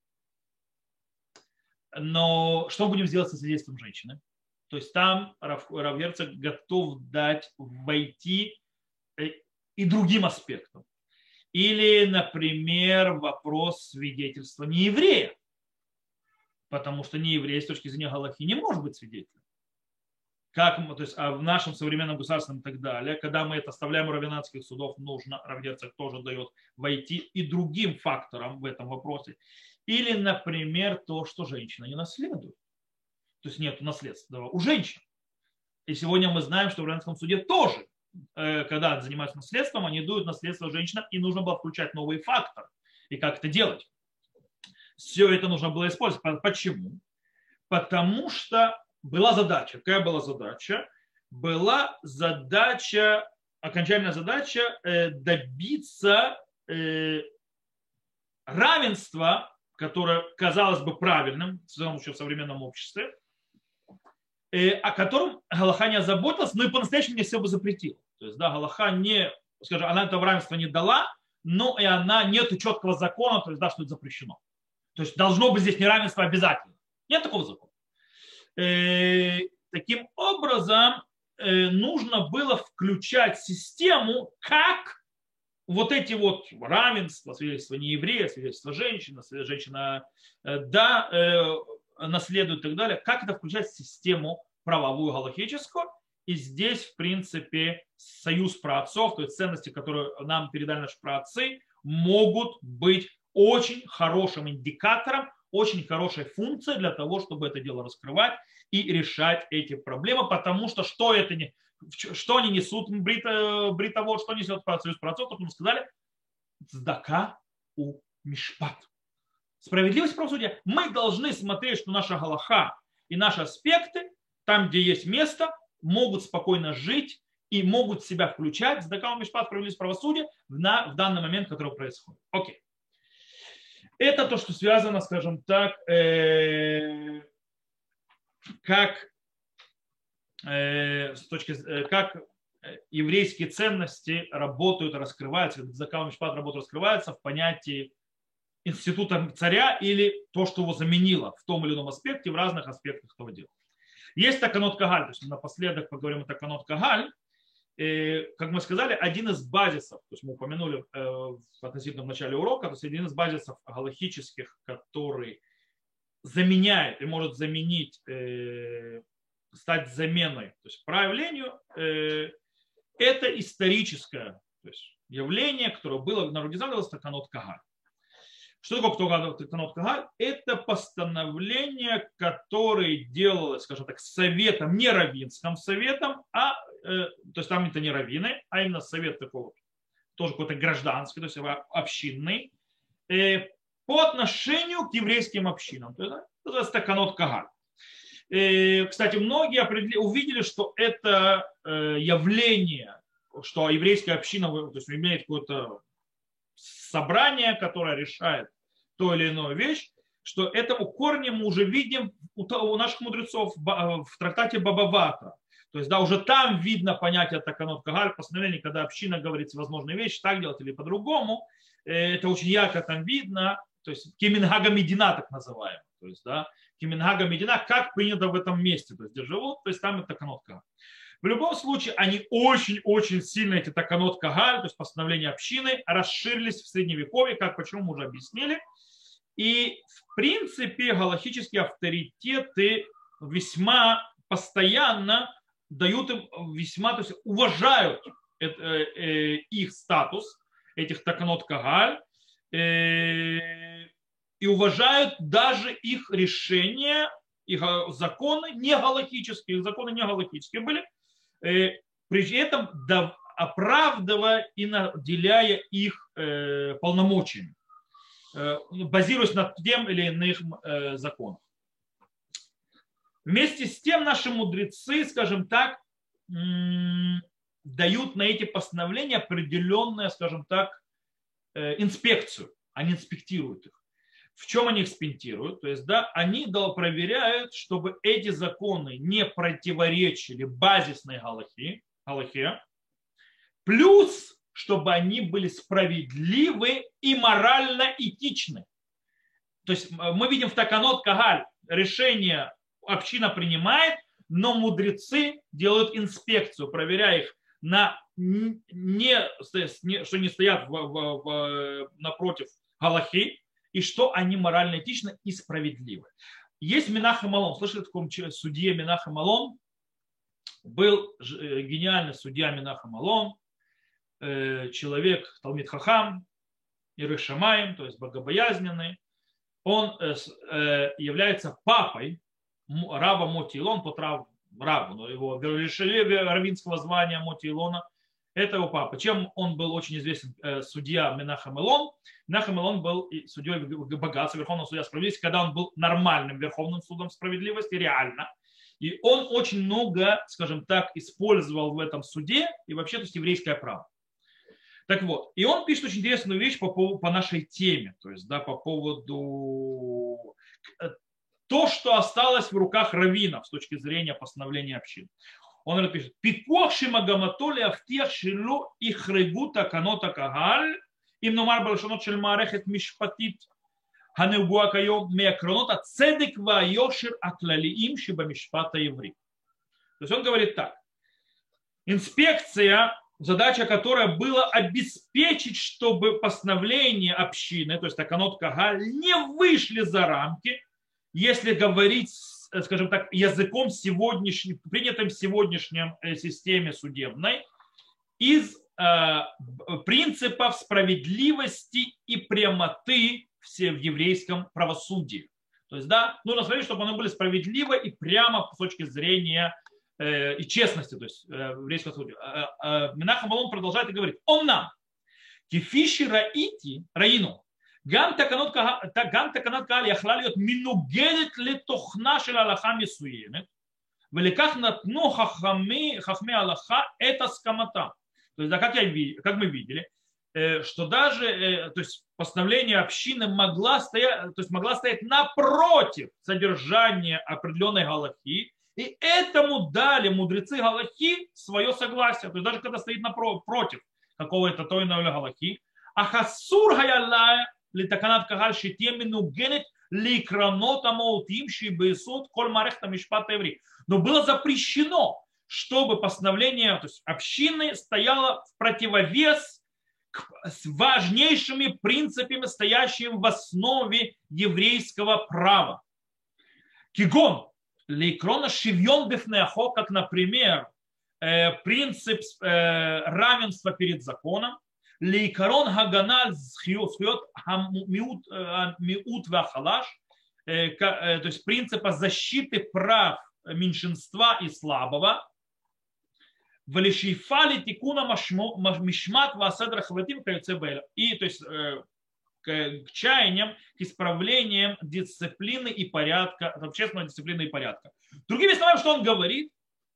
но что мы будем делать со свидетельством женщины? То есть там Рав Герцог готов дать войти и другим аспектам. Или, например, вопрос свидетельства нееврея. Потому что нееврей с точки зрения галахи не может быть свидетелем. Как, то есть, а в нашем современном государственном и так далее, когда мы это оставляем у равинатских судов, нужно, Рав Герцог тоже дает войти и другим факторам в этом вопросе. Или, например, то, что женщина не наследует. То есть нет наследства у женщин. И сегодня мы знаем, что в равинском суде тоже, когда занимаются наследством, они дают наследство женщинам, и нужно было включать новые факторы. И как это делать? Все это нужно было использовать. Почему? Потому что была задача. Какая была задача? Была задача, окончательная задача добиться равенства, которое казалось бы правильным в современном обществе, о котором Галаха не озаботилась, но и по-настоящему не все бы запретил. То есть, да, Галаха не скажем, она этого равенства не дала, но и она нет четкого закона, то есть, да, что это запрещено. То есть должно быть здесь неравенство обязательно. Нет такого закона. Э, таким образом, э, нужно было включать систему, как вот эти вот равенства, свидетельство не еврея, свидетельство женщины, женщина, э, да, э, наследует и так далее, как это включать в систему правовую галахическую. И здесь, в принципе, союз праотцов, то есть ценности, которые нам передали наши праотцы, могут быть очень хорошим индикатором, очень хорошей функцией для того, чтобы это дело раскрывать и решать эти проблемы, потому что что это не, что они несут бритовод, что несет союз праотцов, как мы сказали, цдака у мишпат. Справедливость правосудия. Мы должны смотреть, что наша галаха и наши аспекты, там, где есть место, могут спокойно жить и могут себя включать в цдака у мишпат, справедливость правосудия на, в данный момент, который происходит. Окей. Это то, что связано, скажем так, э, как, э, с точки, э, как еврейские ценности работают, раскрываются, цдака у мишпат работают, раскрываются в понятии института царя или то, что его заменило в том или ином аспекте, в разных аспектах этого дела. Есть таканот кагаль, то есть мы напоследок поговорим о таканот кагаль. Как мы сказали, один из базисов, то есть мы упомянули в относительном начале урока, то есть один из базисов галахических, который заменяет и может заменить, стать заменой, то есть проявлению, это историческое то есть явление, которое было народизировано, таканот кагаль. Что такое таканот кагаль? Это постановление, которое делалось, скажем так, советом, не раввинским советом, а, э, то есть там это не раввины, а именно совет такого, тоже какой-то гражданский, то есть общинный, э, по отношению к еврейским общинам. То есть, это таканот кагаль. Э, кстати, многие увидели, что это э, явление, что еврейская община то есть, имеет какое-то собрание, которое решает ту или иную вещь, что этому корнем мы уже видим у наших мудрецов в трактате Баба Батра. То есть, да, уже там видно понятие таканот кагаль, постановление, когда община говорит всевозможные вещи, так делать или по-другому. Это очень ярко там видно. То есть, кимингага медина, так называемый. То есть, да, кимингага медина, как принято в этом месте, то есть, где живут, то есть, там это таканот кагаль. В любом случае, они очень-очень сильно, эти таканот кагаль, то есть постановления общины, расширились в Средневековье, как почему мы уже объяснили. И, в принципе, галахические авторитеты весьма постоянно дают им весьма, то есть уважают их статус, этих таканот кагаль, и уважают даже их решения, их законы не галахические, их законы не галахические были, при этом оправдывая и наделяя их полномочиями, базируясь на тем или иных законах. Вместе с тем наши мудрецы, скажем так, дают на эти постановления определенную, скажем так, инспекцию. Они инспектируют их. В чем они экспентируют? То есть, да, они проверяют, чтобы эти законы не противоречили базисной галахе, галахе, плюс, чтобы они были справедливы и морально-этичны. То есть, мы видим в таканот кагаль решение община принимает, но мудрецы делают инспекцию, проверяя их на не, что не стоят в, в, в, напротив галахи, и что они морально этичны и справедливы. Есть Менахем Алон. Слышали о таком судье Менахем Алон? Был гениальный судья Менахем Алон, человек Талмид Хахам, Ирых Шамаим, то есть богобоязненный. Он является папой раба Моти Илон, тот раб, рабу, но его лишили раввинского звания Моти Илона. Это его папа. Чем он был очень известен, э, судья Менахем Элон. Менахем Элон был судьей богатства, верховного судья справедливости, когда он был нормальным верховным судом справедливости, реально. И он очень много, скажем так, использовал в этом суде и вообще, то есть еврейское право. Так вот, и он пишет очень интересную вещь по, поводу, по нашей теме, то есть, да, по поводу то, что осталось в руках раввинов с точки зрения постановления общин. он пишет, «Пикуах шимагаматоли автиах шилу ихрегута канота кагаль, им номар балшанот шель маарехет мишпатит, הנהוגה כיום מעקרונות הצדק והיושר הכלליים שבמשפט העברי». То есть он говорит так. Инспекция, задача которой была обеспечить, чтобы постановления общины, то есть таканот кагаль, не вышли за рамки, если говорить, скажем так, языком сегодняшним, принятым в сегодняшнем системе судебной, из э, принципов справедливости и прямоты все в еврейском правосудии. То есть, да, нужно смотреть, чтобы оно было справедливо и прямо с точки зрения э, и честности, то есть э, еврейского судьи. Э, э, Менахем Алон продолжает и говорит: «Омнам, кифиши раити, раину, гам таканот кааль яхла льет минугедет летохна шел алаха мисуемет, великах натну хахме алаха это скамата». То есть, да, как, я, как мы видели, что даже то есть, постановление общины могла стоять, то есть, могла стоять напротив содержания определенной галахи, и этому дали мудрецы галахи свое согласие. То есть даже когда стоит напротив какого-то той или иной галахи, а хасур хаялла литаканат кагаль шитемину генет ликранота маутим шибесуд коль марехта мишпата еври. Но было запрещено, чтобы постановление то есть, общины стояло в противовес с важнейшими принципами, стоящими в основе еврейского права. Кигон, лейкрона шивьон бифнеахо, как, например, принцип равенства перед законом, лейкарон хаганал схиот миут вахалаш, то есть принципа защиты прав меньшинства и слабого, Валишифали тикуна мишмат васедра хватим кайцебеля. И то есть к чаяниям, к исправлениям дисциплины и порядка, общественной дисциплины и порядка. Другими словами, что он говорит,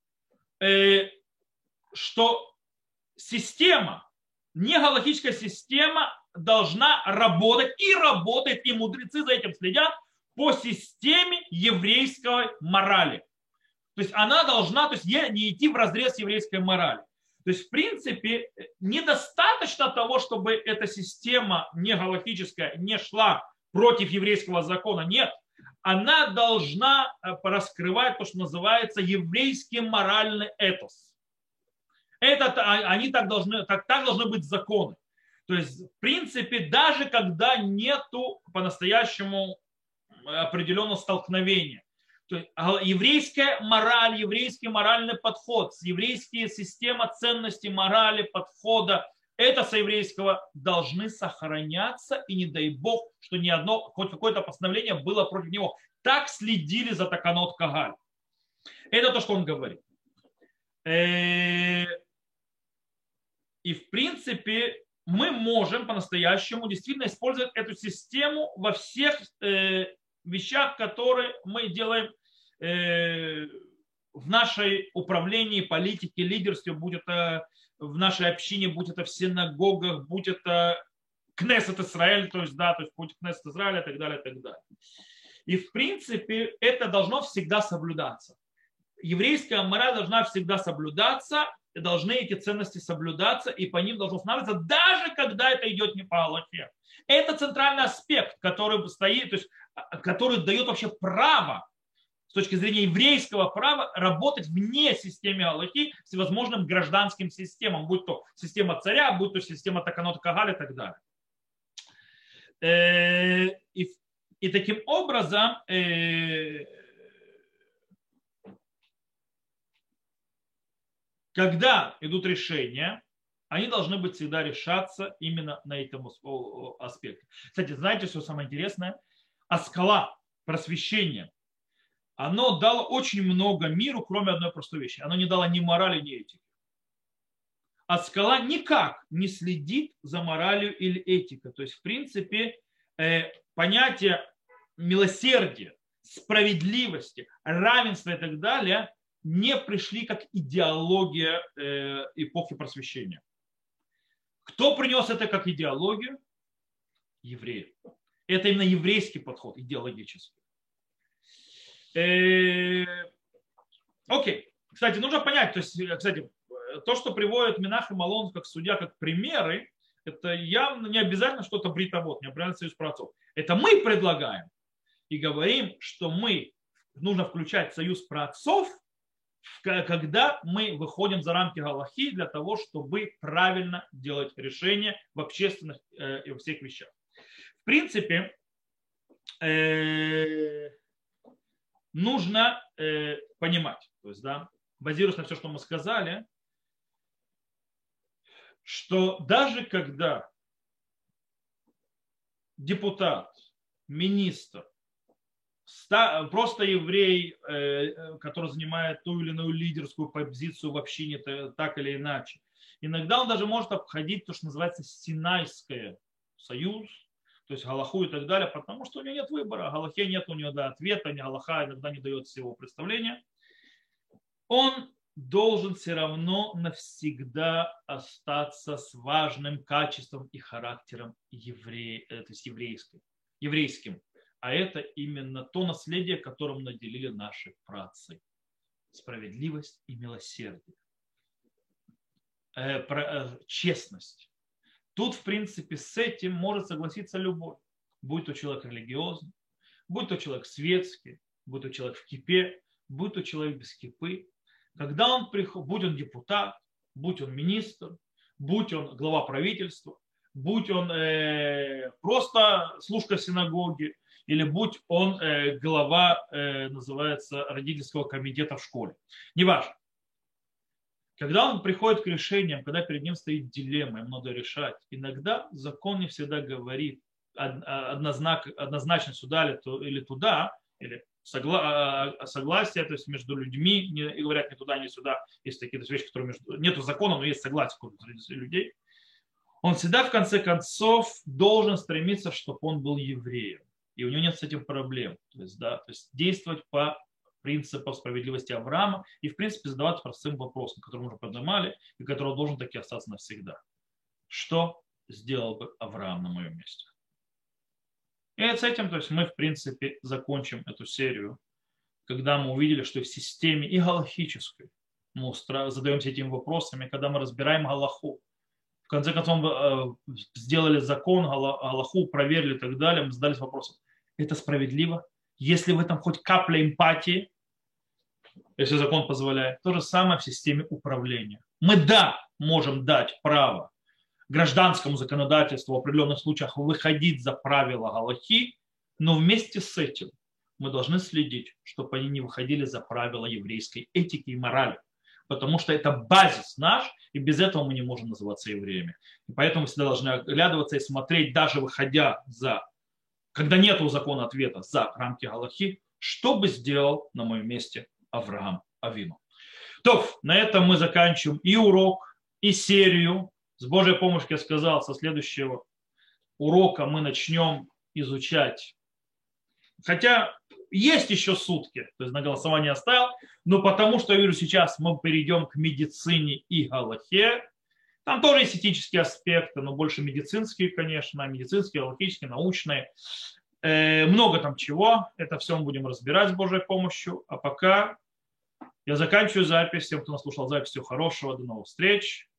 что система, не галахическая система должна работать и работает, и мудрецы за этим следят по системе еврейской морали. То есть она должна то есть, не идти в разрез еврейской морали. То есть, в принципе, недостаточно того, чтобы эта система не галактическая не шла против еврейского закона. Нет. Она должна раскрывать то, что называется еврейский моральный этос. Это, они так должны, так, так должны быть законы. То есть, в принципе, даже когда нету по-настоящему определенного столкновения. То есть еврейская мораль, еврейский моральный подход, еврейская система ценностей, морали, подхода, это со еврейского должны сохраняться, и не дай бог, что ни одно, хоть какое-то постановление было против него. Так следили за таканот кагаль. Это то, что он говорит. И в принципе мы можем по-настоящему действительно использовать эту систему во всех вещах, которые мы делаем в нашей управлении, политике, лидерстве, будь это в нашей общине, будь это в синагогах, будь это Кнессет Израиль, то есть, да, то есть будь Кнессет Израиль и так далее, и так далее. И в принципе это должно всегда соблюдаться. Еврейская мораль должна всегда соблюдаться, и должны эти ценности соблюдаться, и по ним должно устанавливаться, даже когда это идет не по Аллахе. Это центральный аспект, который стоит, то есть, который дает вообще право с точки зрения еврейского права работать вне системы Аллахи с всевозможным гражданским системам, будь то система царя, будь то система Таканот Кагаль и так далее. И, и таким образом когда идут решения, они должны быть всегда решаться именно на этом аспекте. Кстати, знаете, что самое интересное? Аскала, просвещение, оно дало очень много миру, кроме одной простой вещи. Оно не дало ни морали, ни этики. Аскала никак не следит за моралью или этикой. То есть, в принципе, понятие милосердия, справедливости, равенства и так далее не пришли как идеология эпохи просвещения. Кто принес это как идеологию? Евреи. Это именно еврейский подход, идеологический. Окей. Кстати, нужно понять, то есть, кстати, то, что приводит Менахем Алон как судья, как примеры, это явно не обязательно что-то бритовод, не обязательно союз праотцов. Это мы предлагаем и говорим, что мы нужно включать союз праотцов, когда мы выходим за рамки галахи для того, чтобы правильно делать решения в общественных и во всех вещах. В принципе, нужно понимать, то есть, да, базируясь на все, что мы сказали, что даже когда депутат, министр, просто еврей, который занимает ту или иную лидерскую позицию в общине, так или иначе, иногда он даже может обходить то, что называется Синайское союз, то есть галаху и так далее, потому что у него нет выбора, галахе нет у него да, ответа, галаха иногда не дает всего представления. Он должен все равно навсегда остаться с важным качеством и характером евре... то есть еврейским. еврейским. А это именно то наследие, которым наделили наши праотцы. Справедливость и милосердие. Э, про, э, честность. Тут, в принципе, с этим может согласиться любой. Будь то человек религиозный, будь то человек светский, будь то человек в кипе, будь то человек без кипы. Когда он приходит, будь он депутат, будь он министр, будь он глава правительства, будь он э, просто служка синагоги, или будь он э, глава, э, называется, родительского комитета в школе. Неважно. Когда он приходит к решениям, когда перед ним стоит дилемма, ему надо решать, иногда закон не всегда говорит однозначно, однозначно сюда или туда, или согла- согласие, то есть между людьми, не, и говорят ни туда, ни сюда. Есть такие вещи, которые между... Нету закона, но есть согласие среди людей. Он всегда, в конце концов, должен стремиться, чтобы он был евреем. И у него нет с этим проблем. То есть, да, то есть действовать по принципам справедливости Авраама и, в принципе, задаваться простым вопросом, который мы уже поднимали, и который должен таки остаться навсегда. Что сделал бы Авраам на моем месте? И с этим, то есть, мы, в принципе, закончим эту серию, когда мы увидели, что в системе и галахической мы задаемся этими вопросами, когда мы разбираем галаху. В конце концов, мы сделали закон, галаху, проверили и так далее, мы задались вопросом, это справедливо? Если в этом хоть капля эмпатии, если закон позволяет, то же самое в системе управления. Мы, да, можем дать право гражданскому законодательству в определенных случаях выходить за правила галахи, но вместе с этим мы должны следить, чтобы они не выходили за правила еврейской этики и морали. Потому что это базис наш, и без этого мы не можем называться евреями. И поэтому мы всегда должны оглядываться и смотреть, даже выходя за, когда нет у закона ответа, за рамки галахи, что бы сделал на моем месте Авраам Авину. То, на этом мы заканчиваем и урок, и серию. С Божьей помощью, я сказал, со следующего урока мы начнем изучать. Хотя есть еще сутки, то есть на голосование оставил, но потому что, я вижу, сейчас мы перейдем к медицине и галахе. Там тоже есть этические аспекты, но больше медицинские, конечно, медицинские, галахические, научные. Э, много там чего. Это все мы будем разбирать с Божьей помощью. А пока я заканчиваю запись. Всем, кто нас слушал запись, всего хорошего. До новых встреч.